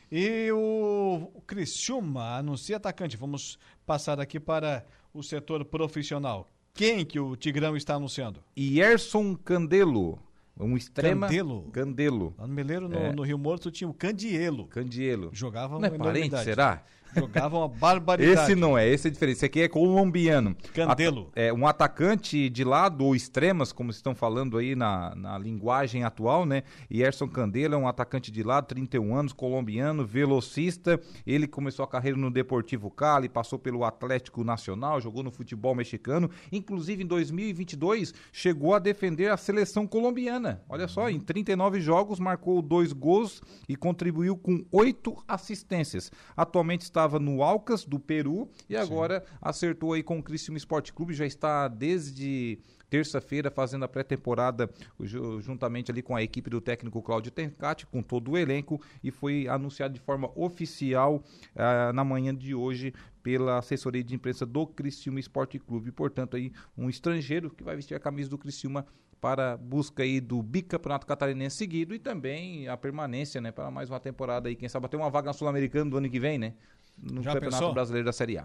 E o Criciúma anuncia atacante. Vamos passar aqui para o setor profissional. Quem que o Tigrão está anunciando? Yerson Candelo. Um extrema... Candelo. Lá no Meleiro, no Rio Morto, tinha o Candielo. Jogava uma parente, será? Jogava uma barbaridade. Esse não é, esse é diferente. Esse aqui é colombiano. Candelo. Um atacante de lado ou extremas, como estão falando aí na linguagem atual, né? Yerson Candelo é um atacante de lado, 31 anos, colombiano, velocista. Ele começou a carreira no Deportivo Cali, passou pelo Atlético Nacional, jogou no futebol mexicano. Inclusive, em 2022, chegou a defender a seleção colombiana. Olha só, em 39 jogos, marcou 2 gols e contribuiu com 8 assistências. Atualmente estava no Alcas, do Peru, e agora acertou aí com o Criciúma Esporte Clube, já está desde terça-feira fazendo a pré-temporada juntamente ali com a equipe do técnico Cláudio Tencati, com todo o elenco, e foi anunciado de forma oficial na manhã de hoje pela assessoria de imprensa do Criciúma Esporte Clube. Portanto, aí um estrangeiro que vai vestir a camisa do Criciúma para busca aí do bicampeonato catarinense seguido e também a permanência, né, para mais uma temporada aí, quem sabe até uma vaga na Sul-Americana do ano que vem, né, no Campeonato Brasileiro da Série A.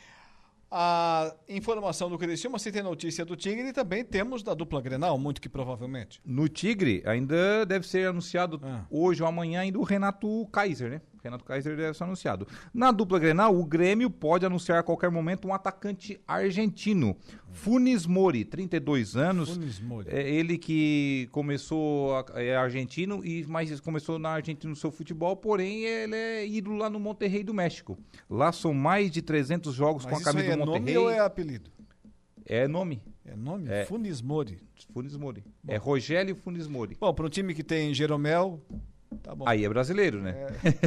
A informação do Criciúma, se tem notícia do Tigre, e também temos da dupla Grenal, muito que provavelmente. No Tigre, ainda deve ser anunciado hoje ou amanhã ainda o Renato Kaiser, né? Renato Kaiser deve ser anunciado. Na dupla Grenal, o Grêmio pode anunciar a qualquer momento um atacante argentino. Funes Mori, 32 anos. Funes Mori. Ele que começou, argentino, mas começou na Argentina no seu futebol, porém ele é ídolo lá no Monterrey do México. Lá são mais de 300 jogos com a camisa do Monterrey. É nome ou é apelido? É nome. É nome? Funes Mori. Funes Mori. É Rogério Funes Mori. Bom, para um time que tem Jeromel... Tá bom. Aí é brasileiro, né?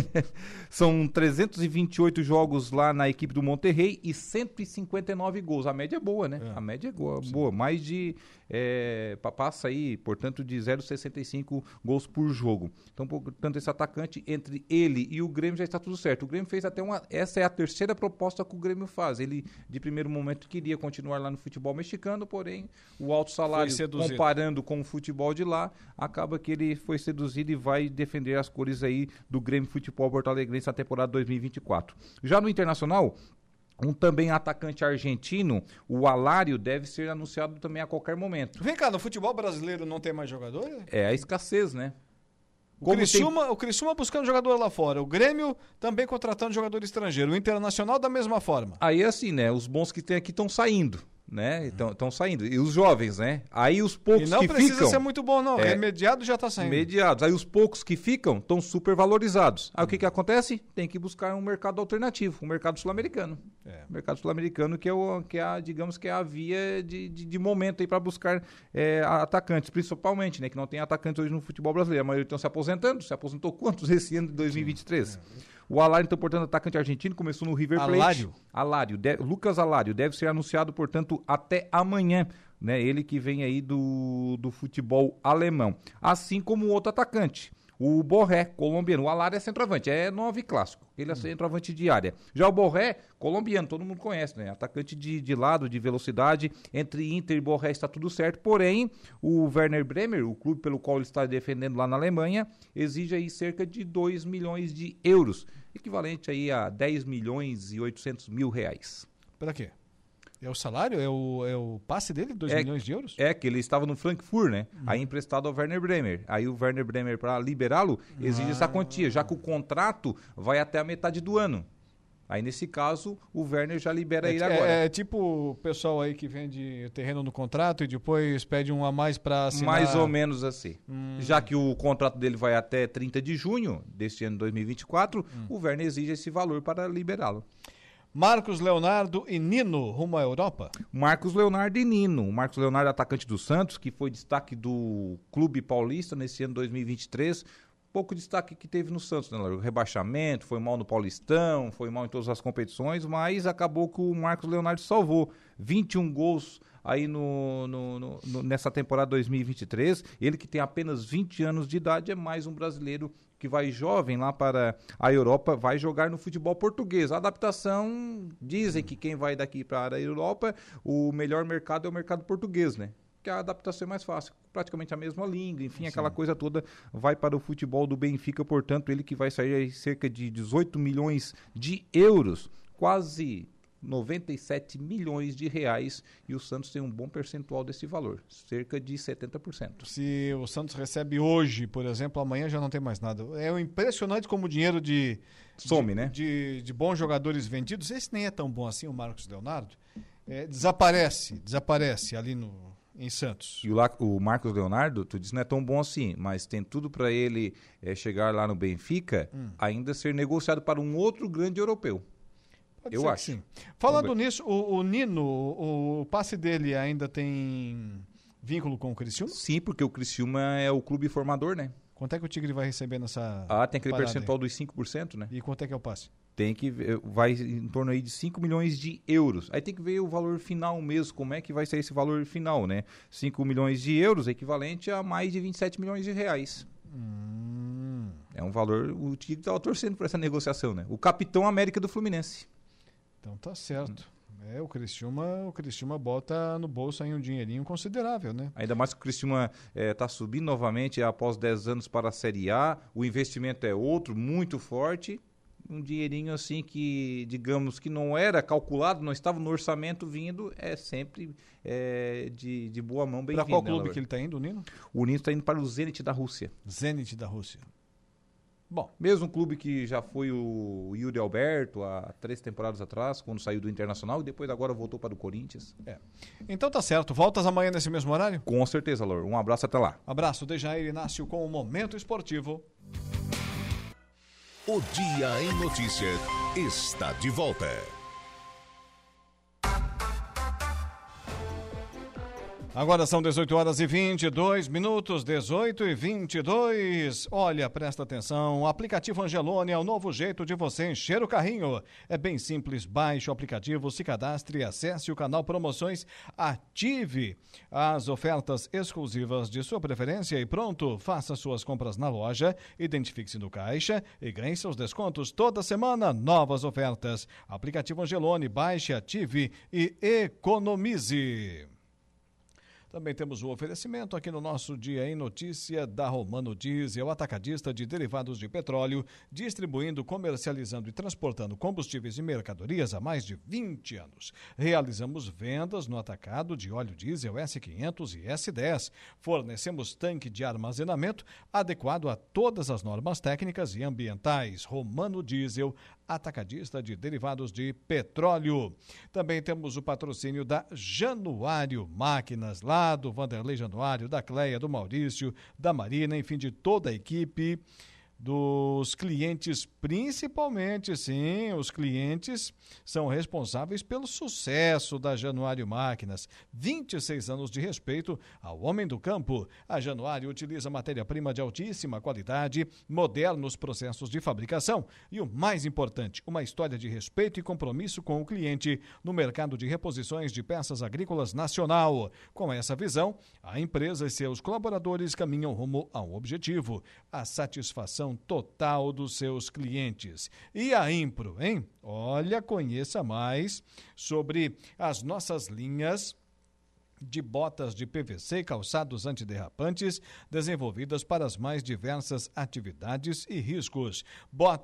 São 328 jogos lá na equipe do Monterrey e 159 gols. A média é boa, né? A média é boa. Mais de... passa aí, portanto, de 0,65 gols por jogo. Então, portanto, esse atacante, entre ele e o Grêmio, já está tudo certo. O Grêmio fez até essa é a terceira proposta que o Grêmio faz. Ele, de primeiro momento, queria continuar lá no futebol mexicano, porém, o alto salário, comparando com o futebol de lá, acaba que ele foi seduzido e vai defender as cores aí do Grêmio Futebol Porto Alegrense na temporada 2024. Já no Internacional, um também atacante argentino, o Alário, deve ser anunciado também a qualquer momento. Vem cá, no futebol brasileiro não tem mais jogadores? É a escassez, né? O Criciúma buscando jogador lá fora, o Grêmio também contratando jogador estrangeiro, o Internacional da mesma forma. Aí assim, né? Os bons que tem aqui estão saindo. Né? Estão saindo. E os jovens, né? Aí os poucos que ficam... E não precisa ser muito bom, não. Remediado já está saindo. Mediados. Aí os poucos que ficam estão super valorizados. Aí o que acontece? Tem que buscar um mercado alternativo, um mercado sul-americano. O mercado sul-americano que é a via de momento aí para buscar atacantes, principalmente, né? Que não tem atacantes hoje no futebol brasileiro. A maioria estão se aposentando. Se aposentou quantos esse ano de 2023? O Alário, então, portanto, atacante argentino, começou no River Plate. Lucas Alário deve ser anunciado, portanto, até amanhã, né? Ele que vem aí do futebol alemão. Assim como o outro atacante, o Borré, colombiano. O Alário é centroavante, é 9 clássico. Ele é centroavante de área. Já o Borré, colombiano, todo mundo conhece, né? Atacante de lado, de velocidade. Entre Inter e Borré está tudo certo. Porém, o Werder Bremer, o clube pelo qual ele está defendendo lá na Alemanha, exige aí cerca de 2 milhões de euros. Equivalente aí a 10 milhões e 800 mil reais. Para quê? É o salário? É o passe dele, 2 milhões de euros? É, que ele estava no Frankfurt, né? Aí emprestado ao Werner Bremer. Aí o Werner Bremer, para liberá-lo, exige essa quantia, já que o contrato vai até a metade do ano. Aí, nesse caso, o Werner já libera ele agora. É tipo o pessoal aí que vende terreno no contrato e depois pede um a mais para assinar. Mais ou menos assim. Já que o contrato dele vai até 30 de junho deste ano 2024, o Werner exige esse valor para liberá-lo. Marcos Leonardo e Nino rumo à Europa? Marcos Leonardo e Nino. O Marcos Leonardo, atacante do Santos, que foi destaque do Clube Paulista nesse ano 2023. Pouco destaque que teve no Santos, né, o rebaixamento, foi mal no Paulistão, foi mal em todas as competições, mas acabou que o Marcos Leonardo salvou 21 gols aí nessa temporada 2023. Ele que tem apenas 20 anos de idade, é mais um brasileiro que vai jovem lá para a Europa, vai jogar no futebol português. A adaptação, dizem que quem vai daqui para a Europa, o melhor mercado é o mercado português, né? Que a adaptação é mais fácil, praticamente a mesma língua, enfim, aquela coisa toda vai para o futebol do Benfica, portanto, ele que vai sair aí cerca de 18 milhões de euros, quase 97 milhões de reais, e o Santos tem um bom percentual desse valor, cerca de 70%. Se o Santos recebe hoje, por exemplo, amanhã já não tem mais nada. É impressionante como o dinheiro some, né? De bons jogadores vendidos, esse nem é tão bom assim, o Marcos Leonardo, desaparece ali em Santos. E o Marcos Leonardo, tu disse, não é tão bom assim, mas tem tudo para ele chegar lá no Benfica, ainda ser negociado para um outro grande europeu. Eu acho. Sim. Falando nisso, o Nino, o passe dele ainda tem vínculo com o Criciúma? Sim, porque o Criciúma é o clube formador, né? Quanto é que o Tigre vai receber nessa tem aquele percentual dos 5%, né? E quanto é que é o passe? Vai em torno aí de 5 milhões de euros. Aí tem que ver o valor final mesmo, como é que vai ser esse valor final, né? 5 milhões de euros, equivalente a mais de 27 milhões de reais. É um valor, o Tigre estava torcendo por essa negociação, né? O capitão América do Fluminense. Então tá certo. O Criciúma bota no bolso aí um dinheirinho considerável, né? Ainda mais que o Criciúma está subindo novamente após 10 anos para a Série A, o investimento é outro, muito forte, um dinheirinho assim que, digamos, que não era calculado, não estava no orçamento vindo, é sempre de boa mão, bem-vindo. Para qual clube que ele está indo, o Nino? O Nino está indo para o Zenit da Rússia. Zenit da Rússia. Bom, mesmo clube que já foi o Yuri Alberto há 3 temporadas atrás, quando saiu do Internacional, e depois agora voltou para o Corinthians. Então tá certo. Voltas amanhã nesse mesmo horário? Com certeza, Laura. Um abraço, até lá. Abraço, Dejair Inácio com o Momento Esportivo. O Dia em Notícias está de volta. Agora são 18h22, 18h22. Olha, presta atenção, o aplicativo Angelone é o novo jeito de você encher o carrinho. É bem simples, baixe o aplicativo, se cadastre, acesse o canal Promoções, ative as ofertas exclusivas de sua preferência e pronto, faça suas compras na loja, identifique-se no caixa e ganhe seus descontos toda semana, novas ofertas. Aplicativo Angelone, baixe, ative e economize. Também temos o oferecimento aqui no nosso Dia em Notícia da Romano Diesel, atacadista de derivados de petróleo, distribuindo, comercializando e transportando combustíveis e mercadorias há mais de 20 anos. Realizamos vendas no atacado de óleo diesel S500 e S10. Fornecemos tanque de armazenamento adequado a todas as normas técnicas e ambientais. Romano Diesel, atacadista de derivados de petróleo. Também temos o patrocínio da Januário Máquinas, lá do Vanderlei Januário, da Cleia, do Maurício, da Marina, enfim, de toda a equipe, dos clientes, principalmente, sim, os clientes são responsáveis pelo sucesso da Januário Máquinas. 26 anos de respeito ao homem do campo. A Januário utiliza matéria-prima de altíssima qualidade, modernos processos de fabricação e, o mais importante, uma história de respeito e compromisso com o cliente no mercado de reposições de peças agrícolas nacional. Com essa visão, a empresa e seus colaboradores caminham rumo ao objetivo, a satisfação total dos seus clientes. E a Impro, hein? Olha, conheça mais sobre as nossas linhas de botas de PVC e calçados antiderrapantes desenvolvidas para as mais diversas atividades e riscos. Bota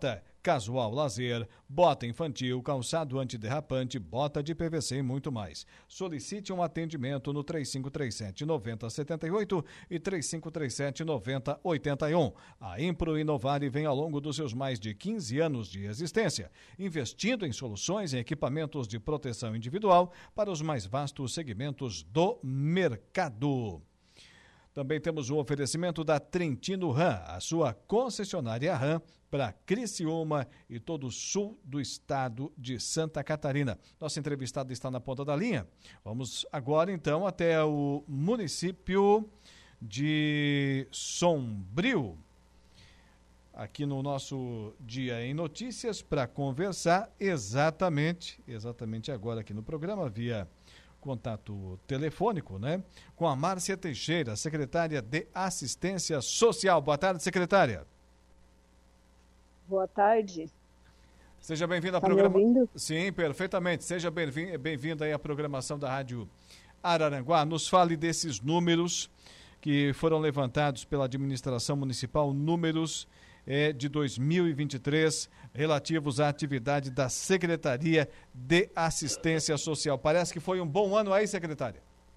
casual lazer, bota infantil, calçado antiderrapante, bota de PVC e muito mais. Solicite um atendimento no 3537-9078 e 3537-9081. A Impro Inovare vem ao longo dos seus mais de 15 anos de existência, investindo em soluções e equipamentos de proteção individual para os mais vastos segmentos do mercado. Também temos o oferecimento da Trentino Ram, a sua concessionária Ram para Criciúma e todo o sul do estado de Santa Catarina. Nossa entrevistada está na ponta da linha. Vamos agora, então, até o município de Sombrio, aqui no nosso Dia em Notícias, para conversar exatamente agora aqui no programa, via contato telefônico, né? Com a Márcia Teixeira, secretária de Assistência Social. Boa tarde, secretária. Boa tarde. Seja bem-vinda ao programa. Me ouvindo? Sim, perfeitamente. Seja bem-vinda aí à programação da Rádio Araranguá. Nos fale desses números que foram levantados pela administração municipal, números de 2023, relativos à atividade da Secretaria de Assistência Social. Parece que foi um bom ano aí, secretária?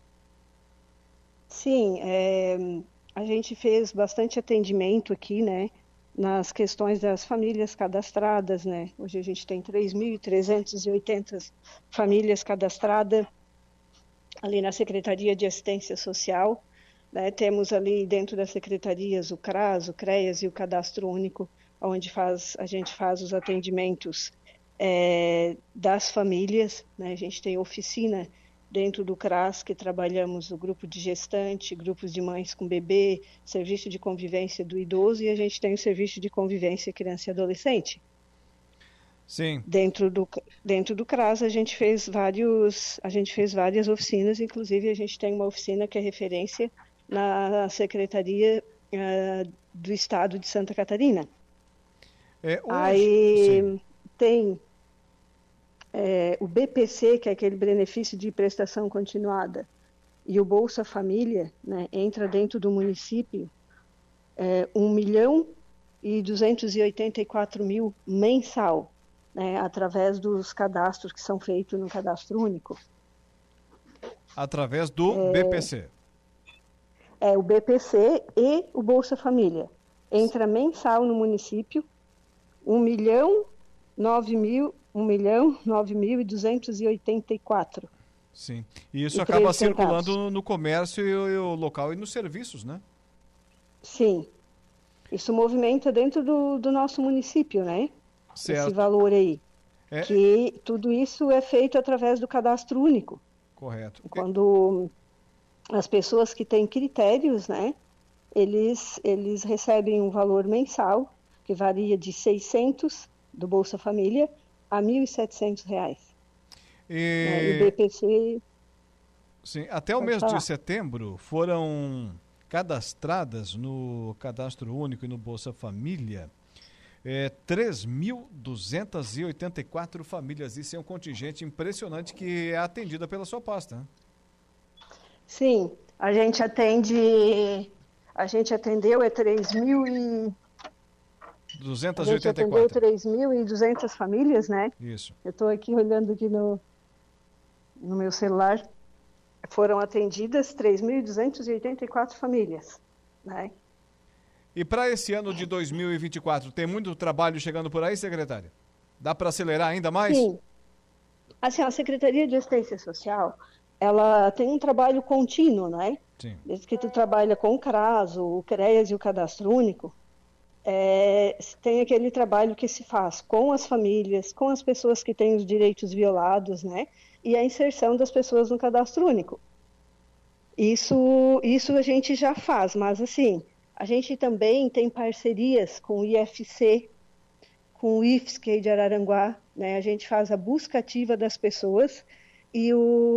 Sim, a gente fez bastante atendimento aqui, né, nas questões das famílias cadastradas, né? Hoje a gente tem 3.380 famílias cadastradas ali na Secretaria de Assistência Social. Né, temos ali dentro das secretarias o CRAS, o CREAS e o Cadastro Único, onde a gente faz os atendimentos das famílias. Né, a gente tem oficina dentro do CRAS, que trabalhamos o grupo de gestante, grupos de mães com bebê, serviço de convivência do idoso, e a gente tem o serviço de convivência criança e adolescente. Sim. Dentro do CRAS a gente fez várias oficinas, inclusive a gente tem uma oficina que é referência na Secretaria do Estado de Santa Catarina. Aí tem o BPC, que é aquele benefício de prestação continuada, e o Bolsa Família, né, entra dentro do município 1.284.000 mensal, né, através dos cadastros que são feitos no Cadastro Único. Através do BPC? O BPC e o Bolsa Família. Entra mensal no município 1.009.284. Sim. E isso acaba circulando no comércio e o local e nos serviços, né? Sim. Isso movimenta dentro do nosso município, né? Certo. Esse valor aí. Que tudo isso é feito através do Cadastro Único. Correto. Quando as pessoas que têm critérios, né, eles recebem um valor mensal que varia de 600 do Bolsa Família a R$ 1.700. E o BPC... Sim, até o mês de setembro foram cadastradas no Cadastro Único e no Bolsa Família 3.284 famílias. Isso é um contingente impressionante que é atendida pela sua pasta, né? Sim, a gente atendeu 3.200 famílias, né? Isso. Eu estou aqui olhando aqui no meu celular, foram atendidas 3.284 famílias, né? E para esse ano de 2024, tem muito trabalho chegando por aí, secretária? Dá para acelerar ainda mais? Sim. Assim, a Secretaria de Assistência Social, ela tem um trabalho contínuo, né? Sim. Desde que tu trabalha com o CRAS, o CREAS e o Cadastro Único, tem aquele trabalho que se faz com as famílias, com as pessoas que têm os direitos violados, né? E a inserção das pessoas no Cadastro Único. Isso a gente já faz, mas assim, a gente também tem parcerias com o IFC, com o IFSC de Araranguá, né? A gente faz a busca ativa das pessoas e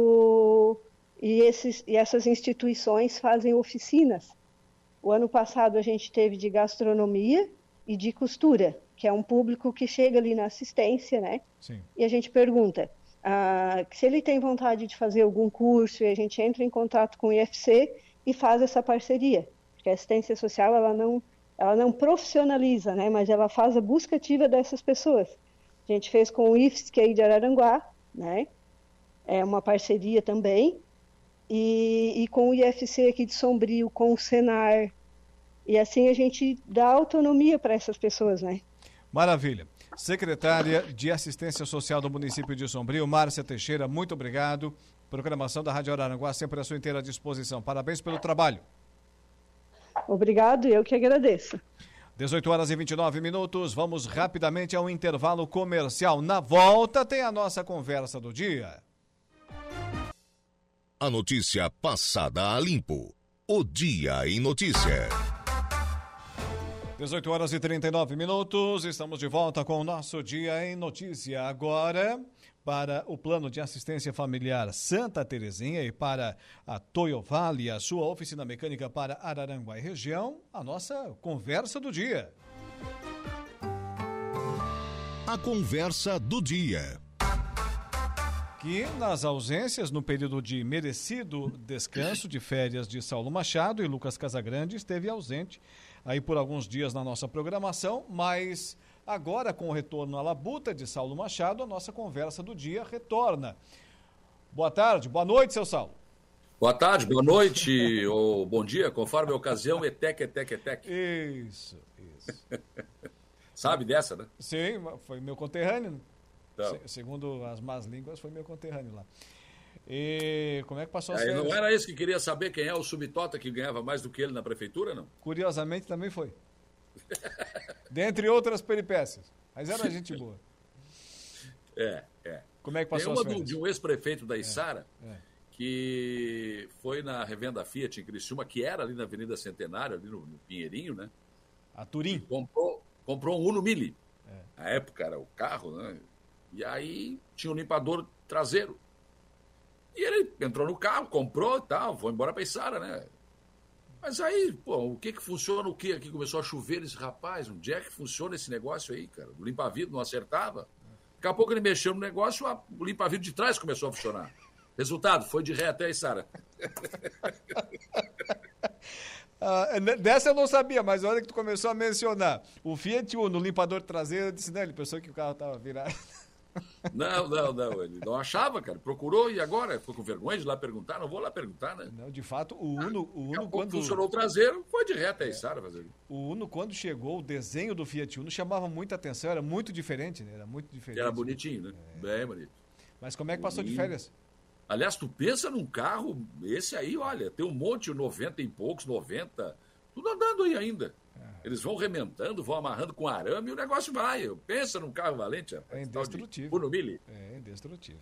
essas instituições fazem oficinas. O ano passado a gente teve de gastronomia e de costura, que é um público que chega ali na assistência, né? Sim. E a gente pergunta se ele tem vontade de fazer algum curso, e a gente entra em contato com o IFC e faz essa parceria. Porque a assistência social, ela ela não profissionaliza, né? Mas ela faz a busca ativa dessas pessoas. A gente fez com o IFSC aí de Araranguá, né? É uma parceria também. E com o IFC aqui de Sombrio, com o Senar. E assim a gente dá autonomia para essas pessoas, né? Maravilha. Secretária de Assistência Social do município de Sombrio, Márcia Teixeira, muito obrigado. Programação da Rádio Araranguá sempre à sua inteira disposição. Parabéns pelo trabalho. Obrigado, eu que agradeço. 18h29, vamos rapidamente ao intervalo comercial. Na volta tem a nossa conversa do dia. A notícia passada a limpo. O Dia em Notícia. 18h39, estamos de volta com o nosso Dia em Notícia. Agora, para o Plano de Assistência Familiar Santa Terezinha e para a Toyo Vale, a sua oficina mecânica para Araranguá e região, a nossa conversa do dia. A conversa do dia. Que nas ausências, no período de merecido descanso de férias de Saulo Machado e Lucas Casagrande, esteve ausente aí por alguns dias na nossa programação, mas agora com o retorno à labuta de Saulo Machado, a nossa conversa do dia retorna. Boa tarde, boa noite, seu Saulo. Boa tarde, boa noite ou bom dia, conforme a ocasião, etec. Isso. Sabe dessa, né? Sim, foi meu conterrâneo. Então. Segundo as más línguas, foi meu conterrâneo lá. E como é que passou as férias? férias? Não era esse que queria saber quem é o subtota que ganhava mais do que ele na prefeitura, não? Curiosamente também foi. Dentre outras peripécias. Mas era gente boa. É. Como é que passou Tem as férias? De um ex-prefeito da Içara, que foi na revenda Fiat em Criciúma, que era ali na Avenida Centenário, ali no Pinheirinho, né? A Turim. Comprou um Uno Mille. Na época era o carro, né? E aí tinha um limpador traseiro. E ele entrou no carro, comprou e tal, foi embora pra Içara, né? Mas aí, o que funciona, o que? Aqui começou a chover, ele disse, rapaz, onde é que funciona esse negócio aí, cara? O limpa-vidro não acertava. Daqui a pouco ele mexeu no negócio, o limpa-vidro de trás começou a funcionar. Resultado, foi de ré até a Içara. Dessa eu não sabia, mas olha que tu começou a mencionar. O Fiat Uno, no limpador traseiro, eu disse, não, ele pensou que o carro estava virado. Não, ele não achava, cara, procurou e agora ficou com vergonha de ir lá perguntar, não vou lá perguntar, né? Não, de fato, o Uno quando funcionou o traseiro, foi de reta a Içara fazer. O Uno, quando chegou, o desenho do Fiat Uno chamava muita atenção, era muito diferente, né? Era muito diferente. Era bonitinho, né? Bem bonito. Mas como é que passou de férias? Aliás, tu pensa num carro, esse aí, olha, tem um monte, 90 e poucos, 90, tudo andando aí ainda. Eles vão remendando, vão amarrando com arame e o negócio vai. Pensa num carro valente, rapaz. É indestrutível. Uno Mille. É indestrutível.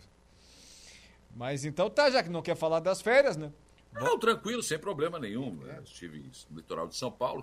Mas então tá, já que não quer falar das férias, né? Não, tranquilo, sem problema nenhum. Né? Estive no litoral de São Paulo,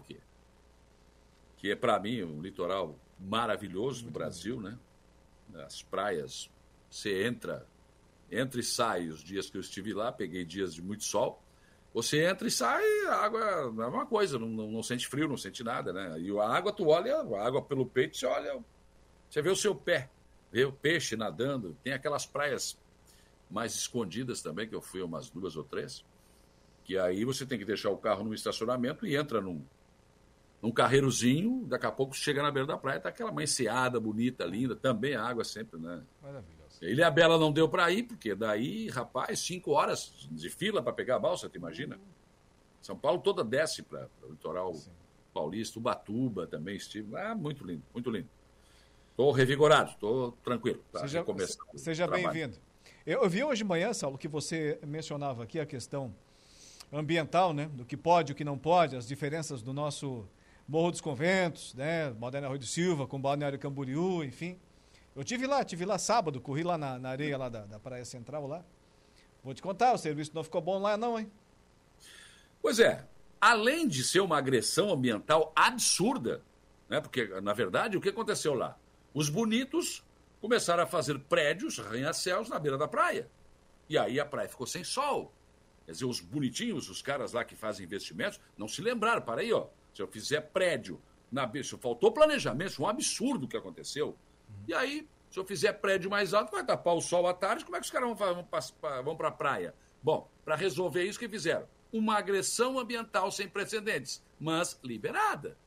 que é para mim um litoral maravilhoso no Brasil, né? As praias, você entra e sai. Os dias que eu estive lá, peguei dias de muito sol. Você entra e sai, a água é a mesma coisa, não sente frio, não sente nada, né? E a água, tu olha, a água pelo peito, você olha, você vê o seu pé, vê o peixe nadando. Tem aquelas praias mais escondidas também, que eu fui umas 2 ou 3, que aí você tem que deixar o carro no estacionamento e entra num carreirozinho, daqui a pouco chega na beira da praia, tá aquela manceada bonita, linda, também a água sempre, né? Maravilhoso. Ilhabela não deu para ir, porque daí, rapaz, 5 horas de fila para pegar a balsa, tu imagina? São Paulo toda desce para o litoral paulista, Ubatuba também estive. Muito lindo, muito lindo. Estou revigorado, estou tranquilo. Seja bem-vindo. Eu vi hoje de manhã, Saulo, que você mencionava aqui a questão ambiental, né? Do que pode e o que não pode, as diferenças do nosso Morro dos Conventos, né? Balneário Arroio do Silva, com Balneário Camboriú, enfim. Eu tive lá sábado, corri lá na areia lá da Praia Central lá. Vou te contar, o serviço não ficou bom lá não, hein? Pois é, além de ser uma agressão ambiental absurda, né? Porque, na verdade, o que aconteceu lá? Os bonitos começaram a fazer prédios, arranha-céus na beira da praia. E aí a praia ficou sem sol. Quer dizer, os bonitinhos, os caras lá que fazem investimentos, não se lembraram, para aí, ó. Se eu fizer prédio na beira, faltou planejamento, um absurdo que aconteceu. E aí, se eu fizer prédio mais alto, vai tapar o sol à tarde, como é que os caras vão para a praia? Bom, para resolver isso, o que fizeram? Uma agressão ambiental sem precedentes, mas liberada.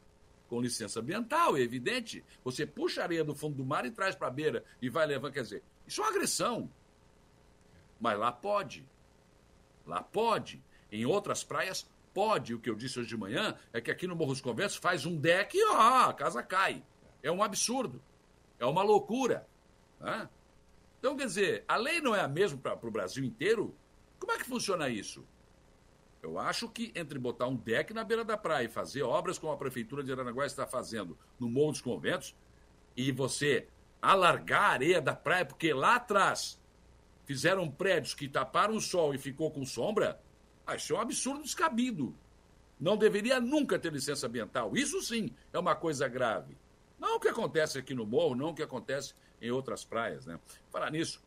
com licença ambiental, é evidente. Você puxa a areia do fundo do mar e traz para a beira e vai levando, quer dizer, isso é uma agressão. Mas lá pode. Lá pode. Em outras praias, pode. O que eu disse hoje de manhã é que aqui no Morro dos Conventos faz um deck e a casa cai. É um absurdo. É uma loucura. Né? Então, quer dizer, a lei não é a mesma para o Brasil inteiro? Como é que funciona isso? Eu acho que entre botar um deck na beira da praia e fazer obras como a Prefeitura de Aranaguá está fazendo no Morro dos Conventos e você alargar a areia da praia, porque lá atrás fizeram prédios que taparam o sol e ficou com sombra, isso é um absurdo descabido. Não deveria nunca ter licença ambiental. Isso sim é uma coisa grave. Não o que acontece aqui no Morro, não o que acontece em outras praias. Né? Falar nisso,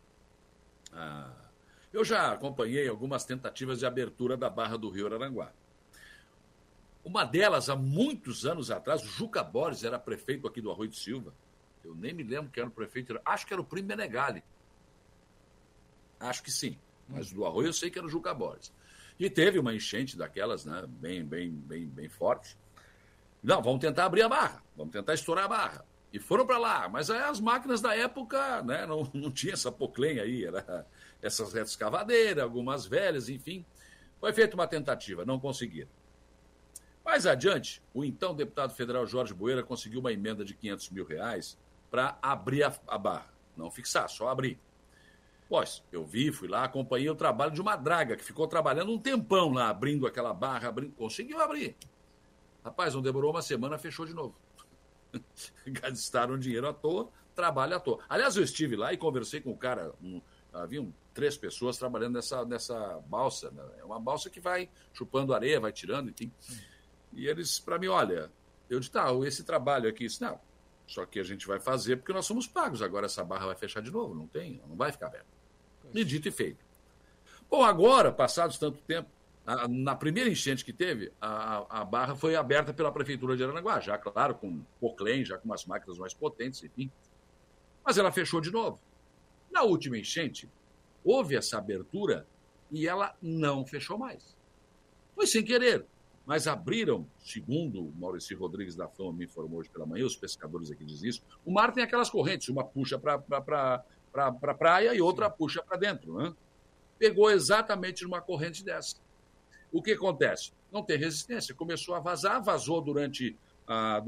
eu já acompanhei algumas tentativas de abertura da Barra do Rio Araranguá. Uma delas, há muitos anos atrás, o Juca Borges era prefeito aqui do Arroio de Silva. Eu nem me lembro quem era o prefeito, acho que era o Primo Menegali. Acho que sim, mas do Arroio eu sei que era o Juca Borges. E teve uma enchente daquelas, né, bem forte. Não, vamos tentar abrir a barra, vamos tentar estourar a barra. E foram para lá, mas aí as máquinas da época, né, não tinha essa poclenha aí, era essas retroescavadeiras, algumas velhas, enfim. Foi feita uma tentativa, não conseguiram. Mais adiante, o então deputado federal Jorge Boeira conseguiu uma emenda de R$500 mil para abrir a barra. Não fixar, só abrir. Pois, eu fui lá, acompanhei o trabalho de uma draga que ficou trabalhando um tempão lá, abrindo aquela barra, conseguiu abrir. Rapaz, não demorou uma semana, fechou de novo. Gastaram dinheiro à toa, trabalho à toa. Aliás, eu estive lá e conversei com o cara, haviam 3 pessoas trabalhando nessa balsa, né? É uma balsa que vai chupando areia, vai tirando, enfim. E eles, para mim, olha, eu disse, esse trabalho aqui, não, só que a gente vai fazer porque nós somos pagos, agora essa barra vai fechar de novo, não vai ficar aberta. E dito e feito. Bom, agora, passados tanto tempo, na primeira enchente que teve, a barra foi aberta pela Prefeitura de Aranaguá, já, claro, com poclém, já com umas máquinas mais potentes, enfim. Mas ela fechou de novo. Na última enchente, houve essa abertura e ela não fechou mais. Foi sem querer, mas abriram, segundo o Maurício Rodrigues da Fama me informou hoje pela manhã, os pescadores aqui dizem isso, o mar tem aquelas correntes, uma puxa para a praia e outra puxa para dentro, né? Pegou exatamente numa corrente dessa. O que acontece? Não tem resistência. Começou a vazar, vazou durante a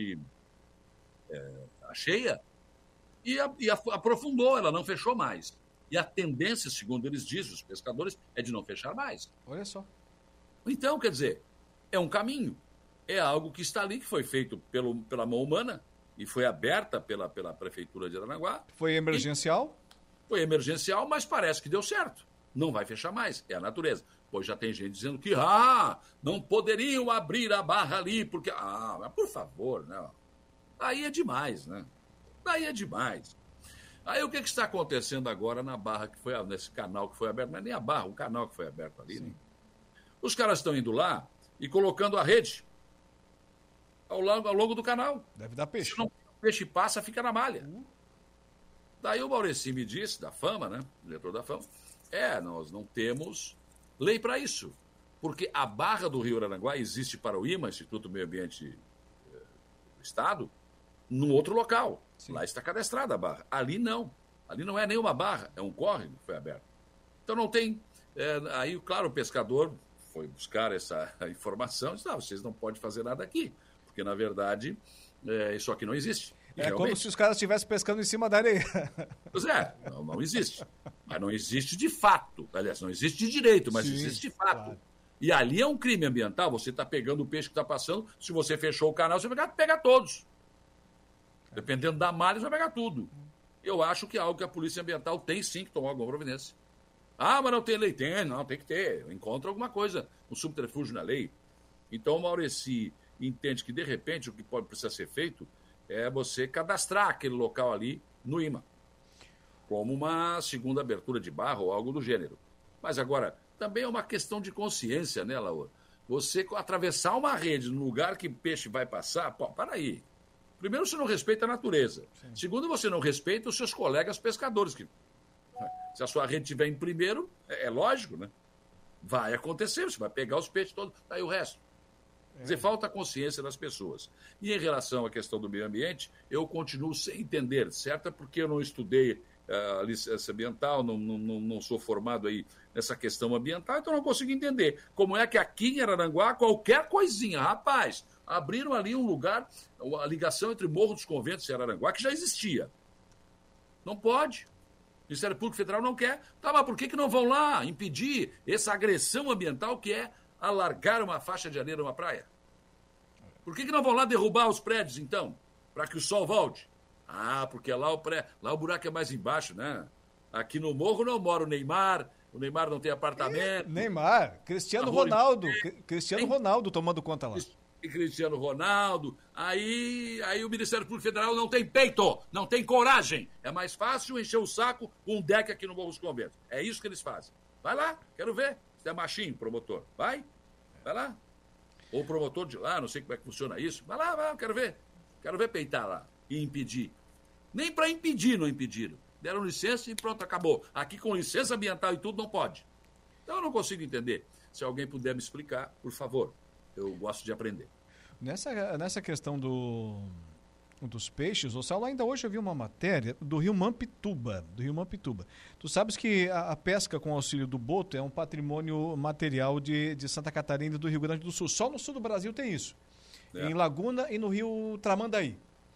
cheia e aprofundou, ela não fechou mais. E a tendência, segundo eles dizem, os pescadores, é de não fechar mais. Olha só. Então, quer dizer, é um caminho. É algo que está ali, que foi feito pela mão humana e foi aberta pela Prefeitura de Aranaguá. Foi emergencial? Foi emergencial, mas parece que deu certo. Não vai fechar mais, é a natureza. Pois já tem gente dizendo que, não poderiam abrir a barra ali, porque, mas por favor, não. Aí é demais, né? Daí é demais. Aí o que está acontecendo agora na barra que foi, nesse canal que foi aberto? Não é nem a barra, o canal que foi aberto ali, né? Os caras estão indo lá e colocando a rede ao longo do canal. Deve dar peixe. Se não, o peixe passa, fica na malha. Daí o Maurício me disse, da Fama, né? Diretor da Fama, nós não temos lei para isso. Porque a barra do Rio Araranguá existe para o IMA, Instituto do Meio Ambiente do Estado, num outro local. Sim. Lá está cadastrada a barra. Ali não. Ali não é nenhuma barra, é um córrego que foi aberto. Então não tem. Aí, claro, o pescador foi buscar essa informação e disse, vocês não podem fazer nada aqui. Porque, na verdade, isso aqui não existe. Como se os caras estivessem pescando em cima da areia. Pois não existe. Mas não existe de fato. Aliás, não existe de direito, mas existe de fato. Claro. E ali é um crime ambiental. Você está pegando o peixe que está passando. Se você fechou o canal, você vai pegar todos. Dependendo da malha, você vai pegar tudo. Eu acho que é algo que a Polícia Ambiental tem sim que tomar alguma providência. Mas não tem lei. Tem que ter. Encontra alguma coisa, um subterfúgio na lei. Então o Maurício entende que, de repente, o que precisa ser feito é você cadastrar aquele local ali no IMA, como uma segunda abertura de barra ou algo do gênero. Mas agora, também é uma questão de consciência, né, Laura? Você atravessar uma rede no lugar que peixe vai passar, para aí. Primeiro, você não respeita a natureza. Sim. Segundo, você não respeita os seus colegas pescadores. Se a sua rede estiver em primeiro, é lógico, né? Vai acontecer, você vai pegar os peixes todos, daí o resto. Quer dizer, falta consciência das pessoas. E em relação à questão do meio ambiente, eu continuo sem entender, certo? Porque eu não estudei a licença ambiental, não sou formado aí nessa questão ambiental, então não consigo entender como é que aqui em Araranguá, qualquer coisinha, rapaz, abriram ali um lugar, a ligação entre Morro dos Conventos e Araranguá, que já existia. Não pode. O Ministério Público Federal não quer. Tá, mas por que não vão lá impedir essa agressão ambiental que é alargar uma faixa de areia numa praia? Por que não vão lá derrubar os prédios, então? Para que o sol volte? Ah, porque lá o buraco é mais embaixo, né? Aqui no morro não mora o Neymar não tem apartamento. Neymar, Cristiano Ronaldo tomando conta lá. E Cristiano Ronaldo, aí o Ministério Público Federal não tem peito, não tem coragem. É mais fácil encher o saco com um deck aqui no Morro dos Conventos. É isso que eles fazem. Vai lá, quero ver. Se é machinho, promotor. Vai lá. Ou promotor de lá, não sei como é que funciona isso. Vai lá, quero ver. Quero ver peitar lá e impedir. Nem para impedir não impediram. Deram licença e pronto, acabou. Aqui com licença ambiental e tudo não pode. Então eu não consigo entender. Se alguém puder me explicar, por favor. Eu gosto de aprender. Nessa questão dos peixes, o Saulo, ainda hoje eu vi uma matéria do Rio Mampituba. Tu sabes que a pesca com auxílio do boto é um patrimônio material de Santa Catarina e do Rio Grande do Sul. Só no sul do Brasil tem isso. Em Laguna e no Rio Tramandaí.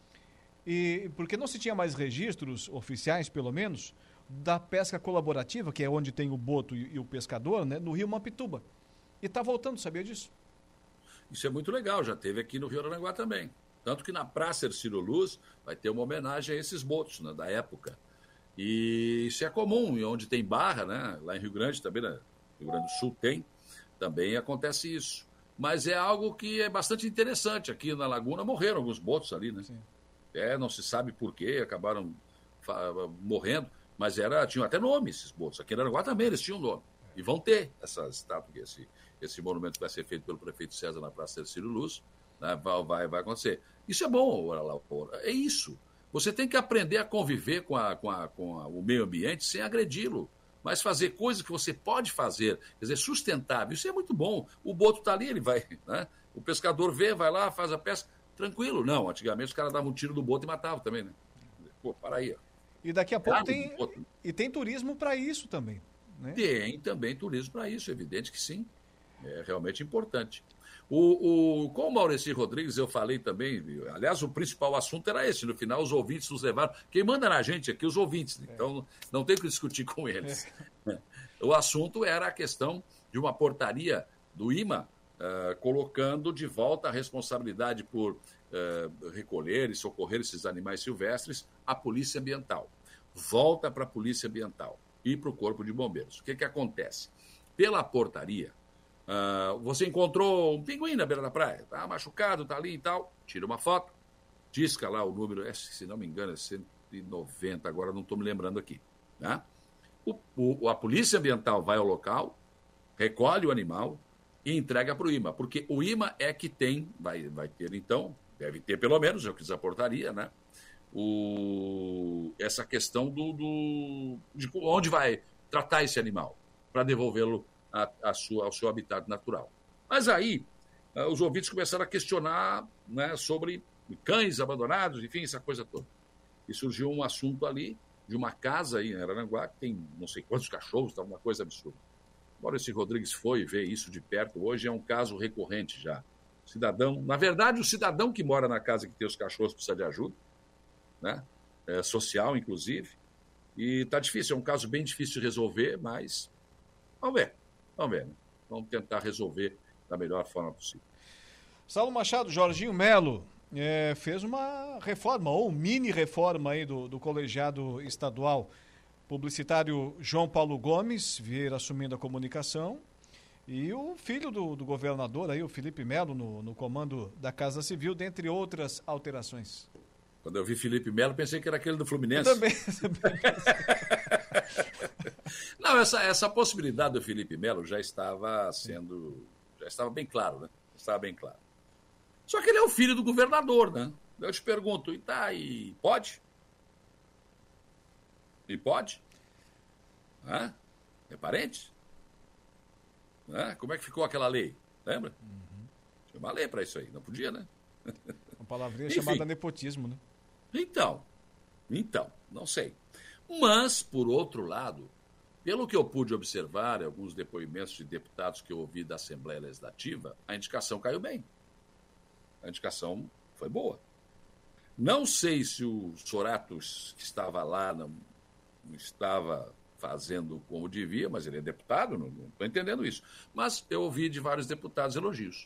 E porque não se tinha mais registros oficiais, pelo menos, da pesca colaborativa, que é onde tem o boto e o pescador, né, no Rio Mampituba. E está voltando, sabia disso? Isso é muito legal, já teve aqui no Rio Araranguá também. Tanto que na Praça Hercílio Luz vai ter uma homenagem a esses botos, né, da época. E isso é comum, e onde tem barra, né, lá em Rio Grande também, né, Rio Grande do Sul também acontece isso. Mas é algo que é bastante interessante. Aqui na Laguna morreram alguns botos ali, né? Sim. Não se sabe por quê, acabaram morrendo, mas tinham até nome esses botos. Aqui em Araranguá também eles tinham nome. E vão ter essa estátua, esse monumento que vai ser feito pelo prefeito César na Praça Hercílio Luz, né, vai acontecer. Isso é bom, é isso. Você tem que aprender a conviver com o meio ambiente sem agredi-lo, mas fazer coisas que você pode fazer, quer dizer, sustentável. Isso é muito bom. O boto está ali, ele vai, né? O pescador vai lá, faz a pesca, tranquilo. Não, antigamente os caras davam um tiro do boto e matavam também, né? Pô, para aí, ó. E daqui a pouco tem turismo para isso também, né? Tem também turismo para isso, evidente que sim. É realmente importante. Com o Maurício Rodrigues eu falei também, aliás, o principal assunto era esse, no final os ouvintes nos levaram, quem manda na gente aqui, os ouvintes, então não tem o que discutir com eles. O assunto era a questão de uma portaria do IMA, colocando de volta a responsabilidade por recolher e socorrer esses animais silvestres à Polícia Ambiental. Volta para a Polícia Ambiental e para o Corpo de Bombeiros. O que acontece? Pela portaria, você encontrou um pinguim na beira da praia, tá machucado, tá ali e tal, tira uma foto, disca lá o número, se não me engano é 190, agora não estou me lembrando aqui, tá? A Polícia Ambiental vai ao local, recolhe o animal e entrega para o IMA, porque o IMA é que vai ter então, deve ter pelo menos, eu quis a portaria, né? Essa questão de onde vai tratar esse animal para devolvê-lo ao seu habitat natural. Mas aí, os ouvintes começaram a questionar, né, sobre cães abandonados, enfim, essa coisa toda. E surgiu um assunto ali de uma casa aí em Araranguá, que tem não sei quantos cachorros, tá uma coisa absurda. Agora esse Rodrigues foi ver isso de perto, hoje é um caso recorrente já. Na verdade, o cidadão que mora na casa que tem os cachorros precisa de ajuda, né? Social, inclusive, e tá difícil, é um caso bem difícil de resolver, mas vamos ver, né? Vamos tentar resolver da melhor forma possível. Saulo Machado, Jorginho Melo fez uma reforma, ou mini reforma aí do colegiado estadual. Publicitário João Paulo Gomes vir assumindo a comunicação e o filho do governador, aí, o Felipe Melo, no comando da Casa Civil, dentre outras alterações. Quando eu vi Felipe Melo, pensei que era aquele do Fluminense. Eu também. Não, essa possibilidade do Felipe Melo já estava bem claro, né? Estava bem claro. Só que ele é o filho do governador, né? Eu te pergunto, e pode? E pode? É parente? Como é que ficou aquela lei? Lembra? Tinha uma lei para isso aí, não podia, né? Uma palavrinha Enfim. chamada nepotismo, né? Então, não sei. Mas, por outro lado, pelo que eu pude observar em alguns depoimentos de deputados que eu ouvi da Assembleia Legislativa, a indicação caiu bem. A indicação foi boa. Não sei se o Sorato, que estava lá, não estava fazendo como devia, mas ele é deputado, não estou entendendo isso. Mas eu ouvi de vários deputados elogios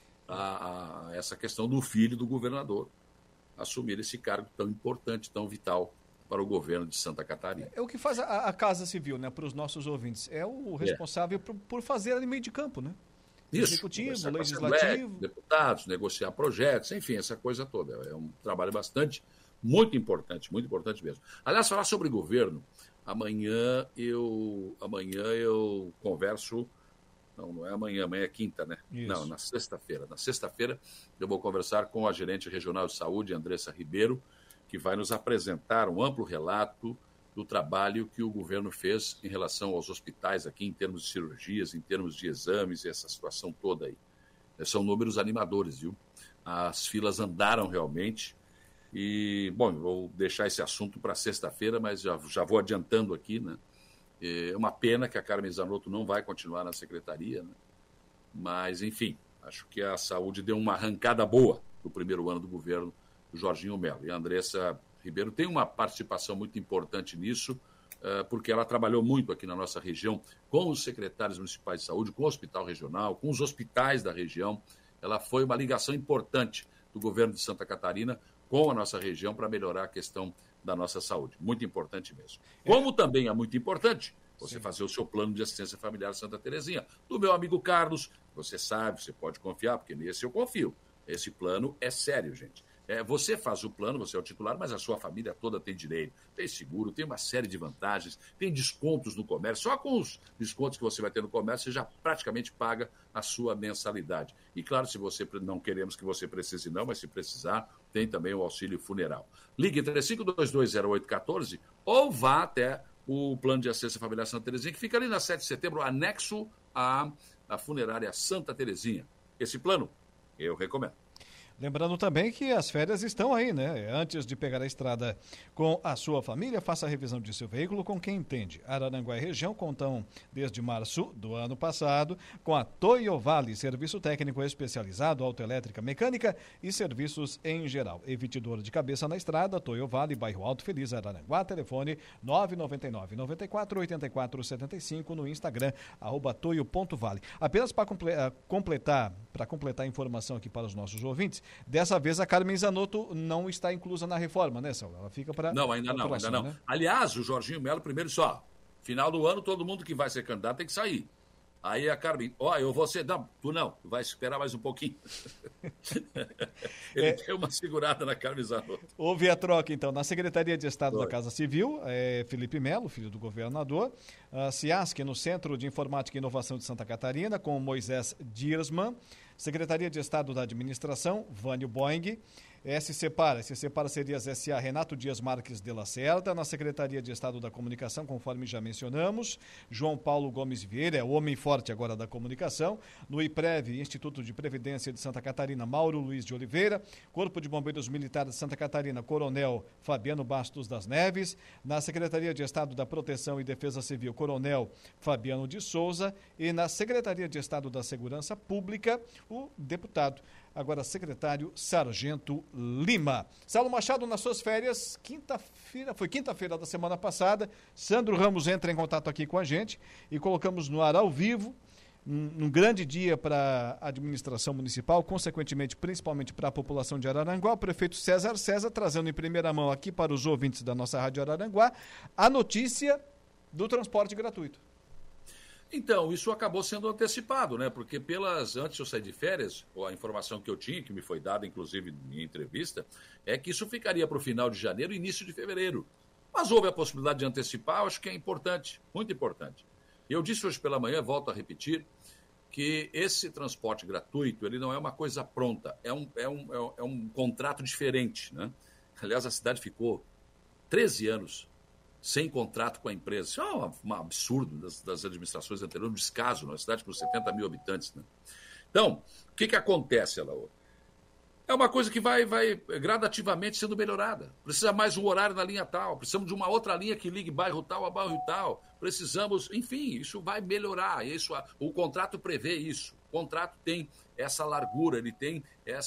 a essa questão do filho do governador assumir esse cargo tão importante, tão vital para o governo de Santa Catarina. É o que faz a Casa Civil, né, para os nossos ouvintes. É o responsável por fazer ali meio de campo, né? Isso, Executivo, legislativo, legislativo. deputados, negociar projetos, enfim, essa coisa toda. É um trabalho muito importante mesmo. Aliás, falar sobre governo, amanhã eu converso, não é amanhã é quinta, né? Isso. Não, na sexta-feira. Na sexta-feira eu vou conversar com a gerente regional de saúde, Andressa Ribeiro, que vai nos apresentar um amplo relato do trabalho que o governo fez em relação aos hospitais aqui, em termos de cirurgias, em termos de exames, e essa situação toda aí. São números animadores, viu? As filas andaram realmente. E, bom, vou deixar esse assunto para sexta-feira, mas já vou adiantando aqui, né? É uma pena que a Carmen Zanotto não vai continuar na secretaria, né? Mas, enfim, acho que a saúde deu uma arrancada boa no primeiro ano do governo do Jorginho Melo. E a Andressa Ribeiro tem uma participação muito importante nisso, porque ela trabalhou muito aqui na nossa região com os secretários municipais de saúde, com o hospital regional, com os hospitais da região. Ela foi uma ligação importante do governo de Santa Catarina com a nossa região para melhorar a questão da nossa saúde. Muito importante mesmo. Como também é muito importante você fazer o seu plano de assistência familiar Santa Terezinha. Do meu amigo Carlos, você sabe, você pode confiar, porque nesse eu confio. Esse plano é sério, gente. Você faz o plano, você é o titular, mas a sua família toda tem direito. Tem seguro, tem uma série de vantagens, tem descontos no comércio. Só com os descontos que você vai ter no comércio, você já praticamente paga a sua mensalidade. E claro, se você não queremos que você precise não, mas se precisar, tem também o auxílio funeral. Ligue 35220814 ou vá até o plano de assistência familiar Santa Terezinha, que fica ali na 7 de setembro, anexo à funerária Santa Terezinha. Esse plano, eu recomendo. Lembrando também que as férias estão aí, né? Antes de pegar a estrada com a sua família, faça a revisão de seu veículo com quem entende. Araranguá e região contam desde março do ano passado com a Toyo Vale, serviço técnico especializado, autoelétrica, mecânica e serviços em geral. Evite dor de cabeça na estrada, Toyo Vale, bairro Alto Feliz, Araranguá, telefone 999-94-8475 no Instagram, @toyo.vale. Apenas para completar a informação aqui para os nossos ouvintes, dessa vez a Carmen Zanotto não está inclusa na reforma, né, Saulo? Ela fica para... Não, ainda não. Né? Aliás, o Jorginho Melo primeiro só, final do ano todo mundo que vai ser candidato tem que sair. Aí a Carmen, eu vou ser... Não, tu vai esperar mais um pouquinho. Ele deu uma segurada na Carmen Zanotto. Houve a troca, então, na Secretaria de Estado da Casa Civil, Felipe Melo, filho do governador, CIASC, no Centro de Informática e Inovação de Santa Catarina, com Moisés Diersman, Secretaria de Estado da Administração, Vânio Boing, SCPAR seria as SA Renato Dias Marques de Lacerda, na Secretaria de Estado da Comunicação, conforme já mencionamos, João Paulo Gomes Vieira, é o homem forte agora da comunicação, no IPREV, Instituto de Previdência de Santa Catarina, Mauro Luiz de Oliveira, Corpo de Bombeiros Militar de Santa Catarina, Coronel Fabiano Bastos das Neves, na Secretaria de Estado da Proteção e Defesa Civil, Coronel Fabiano de Souza, e na Secretaria de Estado da Segurança Pública, o deputado, agora secretário Sargento Lima. Saulo Machado, nas suas férias, quinta-feira da semana passada, Sandro Ramos entra em contato aqui com a gente e colocamos no ar ao vivo um grande dia para a administração municipal, consequentemente, principalmente para a população de Araranguá, o prefeito César trazendo em primeira mão aqui para os ouvintes da nossa Rádio Araranguá a notícia do transporte gratuito. Então, isso acabou sendo antecipado, né? Porque antes de eu sair de férias, a informação que eu tinha, que me foi dada, inclusive em entrevista, é que isso ficaria para o final de janeiro e início de fevereiro. Mas houve a possibilidade de antecipar, eu acho que é importante, muito importante. Eu disse hoje pela manhã, volto a repetir, que esse transporte gratuito, ele não é uma coisa pronta, é um contrato diferente, né? Aliás, a cidade ficou 13 anos sem contrato com a empresa. Isso é um absurdo das administrações anteriores, um descaso, uma cidade com 70 mil habitantes, né? Então, O que acontece, Alaô? É uma coisa que vai gradativamente sendo melhorada. Precisa mais um horário na linha tal, precisamos de uma outra linha que ligue bairro tal a bairro tal, precisamos, enfim, isso vai melhorar. O contrato prevê isso. O contrato tem essa largura, ele tem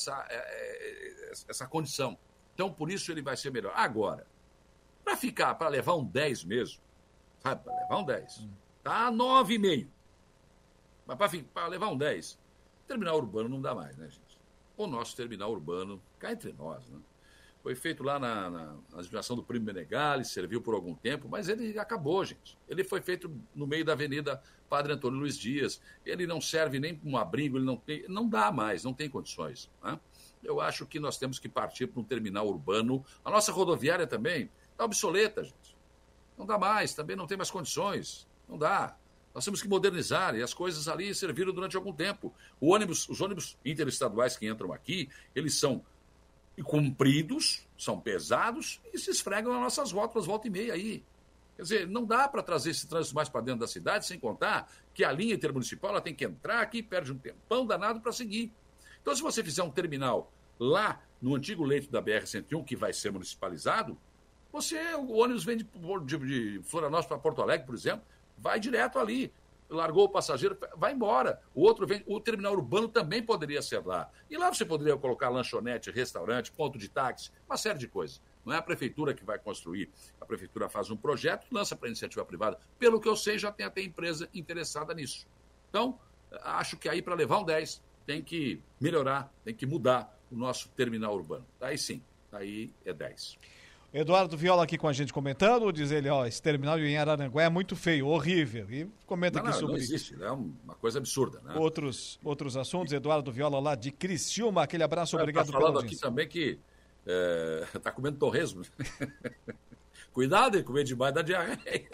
essa condição. Então, por isso ele vai ser melhor. Agora, para levar um 10 mesmo, sabe, para levar um 10, tá 9,5. Mas para levar um 10, terminal urbano não dá mais, né, gente? O nosso terminal urbano, cá entre nós, né? Foi feito lá na administração do Primo Menegali, serviu por algum tempo, mas ele acabou, gente. Ele foi feito no meio da Avenida Padre Antônio Luiz Dias. Ele não serve nem para um abrigo, não dá mais, não tem condições, né? Eu acho que nós temos que partir para um terminal urbano. A nossa rodoviária também está obsoleta, gente. Não dá mais, também não tem mais condições. Não dá. Nós temos que modernizar, e as coisas ali serviram durante algum tempo. Os ônibus interestaduais que entram aqui, eles são compridos, são pesados e se esfregam nas nossas rótulas volta e meia aí. Quer dizer, não dá para trazer esse trânsito mais para dentro da cidade, sem contar que a linha intermunicipal ela tem que entrar aqui, perde um tempão danado para seguir. Então, se você fizer um terminal lá no antigo leito da BR-101, que vai ser municipalizado, o ônibus vem de Florianópolis para Porto Alegre, por exemplo, vai direto ali, largou o passageiro, vai embora. O terminal urbano também poderia ser lá. E lá você poderia colocar lanchonete, restaurante, ponto de táxi, uma série de coisas. Não é a prefeitura que vai construir. A prefeitura faz um projeto, lança para a iniciativa privada. Pelo que eu sei, já tem até empresa interessada nisso. Então, acho que aí para levar um 10, tem que melhorar, tem que mudar o nosso terminal urbano. Aí sim, aí é 10. Eduardo Viola aqui com a gente comentando, diz ele, esse terminal em Araranguá é muito feio, horrível. E comenta aqui sobre isso. Não existe, é uma coisa absurda, né? Outros assuntos, Eduardo Viola lá de Criciúma, aquele abraço, obrigado pela audiência. Falando aqui também que tá comendo torresmo. Cuidado em comer demais da diarreia.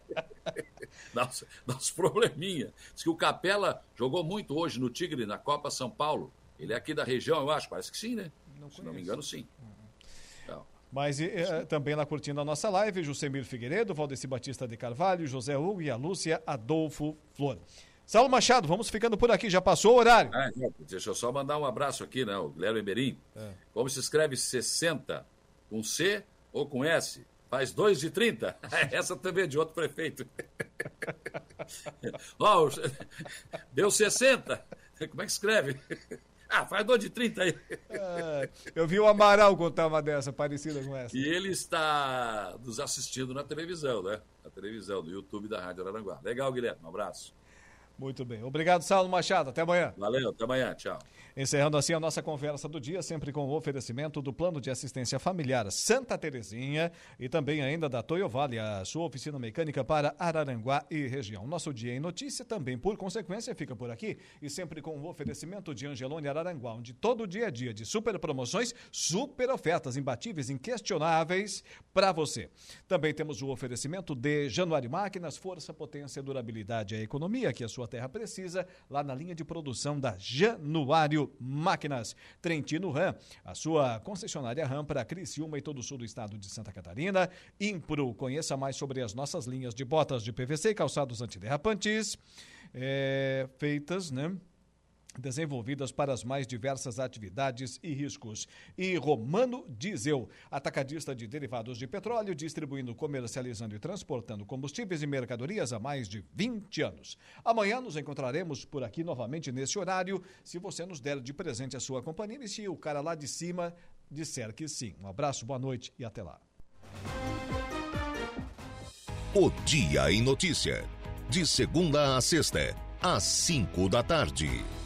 Dá uns probleminha. Diz que o Capela jogou muito hoje no Tigre, na Copa São Paulo. Ele é aqui da região, eu acho, parece que sim, né? Se não me engano, sim. Mas também lá curtindo a nossa live, Jusemir Figueiredo, Valdeci Batista de Carvalho, José Hugo e a Lúcia Adolfo Flor. Saulo Machado, vamos ficando por aqui, já passou o horário. Deixa eu só mandar um abraço aqui, né? O Guilherme Emerim. Como se escreve 60? Com C ou com S? Faz 2 de 30? Essa também é de outro prefeito. Deu 60? Como é que escreve? Faz 2 de 30 aí. Eu vi o Amaral contar uma dessa, parecida com essa. E ele está nos assistindo na televisão, né? Na televisão, do YouTube da Rádio Araranguá. Legal, Guilherme. Um abraço. Muito bem. Obrigado, Saulo Machado. Até amanhã. Valeu, até amanhã. Tchau. Encerrando assim a nossa conversa do dia, sempre com o oferecimento do Plano de Assistência Familiar Santa Terezinha e também ainda da Toyo Vale, a sua oficina mecânica para Araranguá e região. Nosso Dia em Notícia também, por consequência, fica por aqui e sempre com o oferecimento de Angelone Araranguá, onde todo dia é dia de super promoções, super ofertas imbatíveis, inquestionáveis para você. Também temos o oferecimento de Januário Máquinas, força, potência, durabilidade e a economia que a sua terra precisa, lá na linha de produção da Januário Máquinas. Trentino Ram, a sua concessionária Ram para Criciúma e todo o sul do estado de Santa Catarina. Impro, conheça mais sobre as nossas linhas de botas de PVC e calçados antiderrapantes, feitas, né? Desenvolvidas para as mais diversas atividades e riscos. E Romano Diesel, atacadista de derivados de petróleo, distribuindo, comercializando e transportando combustíveis e mercadorias há mais de 20 anos. Amanhã nos encontraremos por aqui novamente nesse horário, se você nos der de presente a sua companhia e se o cara lá de cima disser que sim. Um abraço, boa noite e até lá. O Dia em Notícia, de segunda a sexta, às 5 da tarde.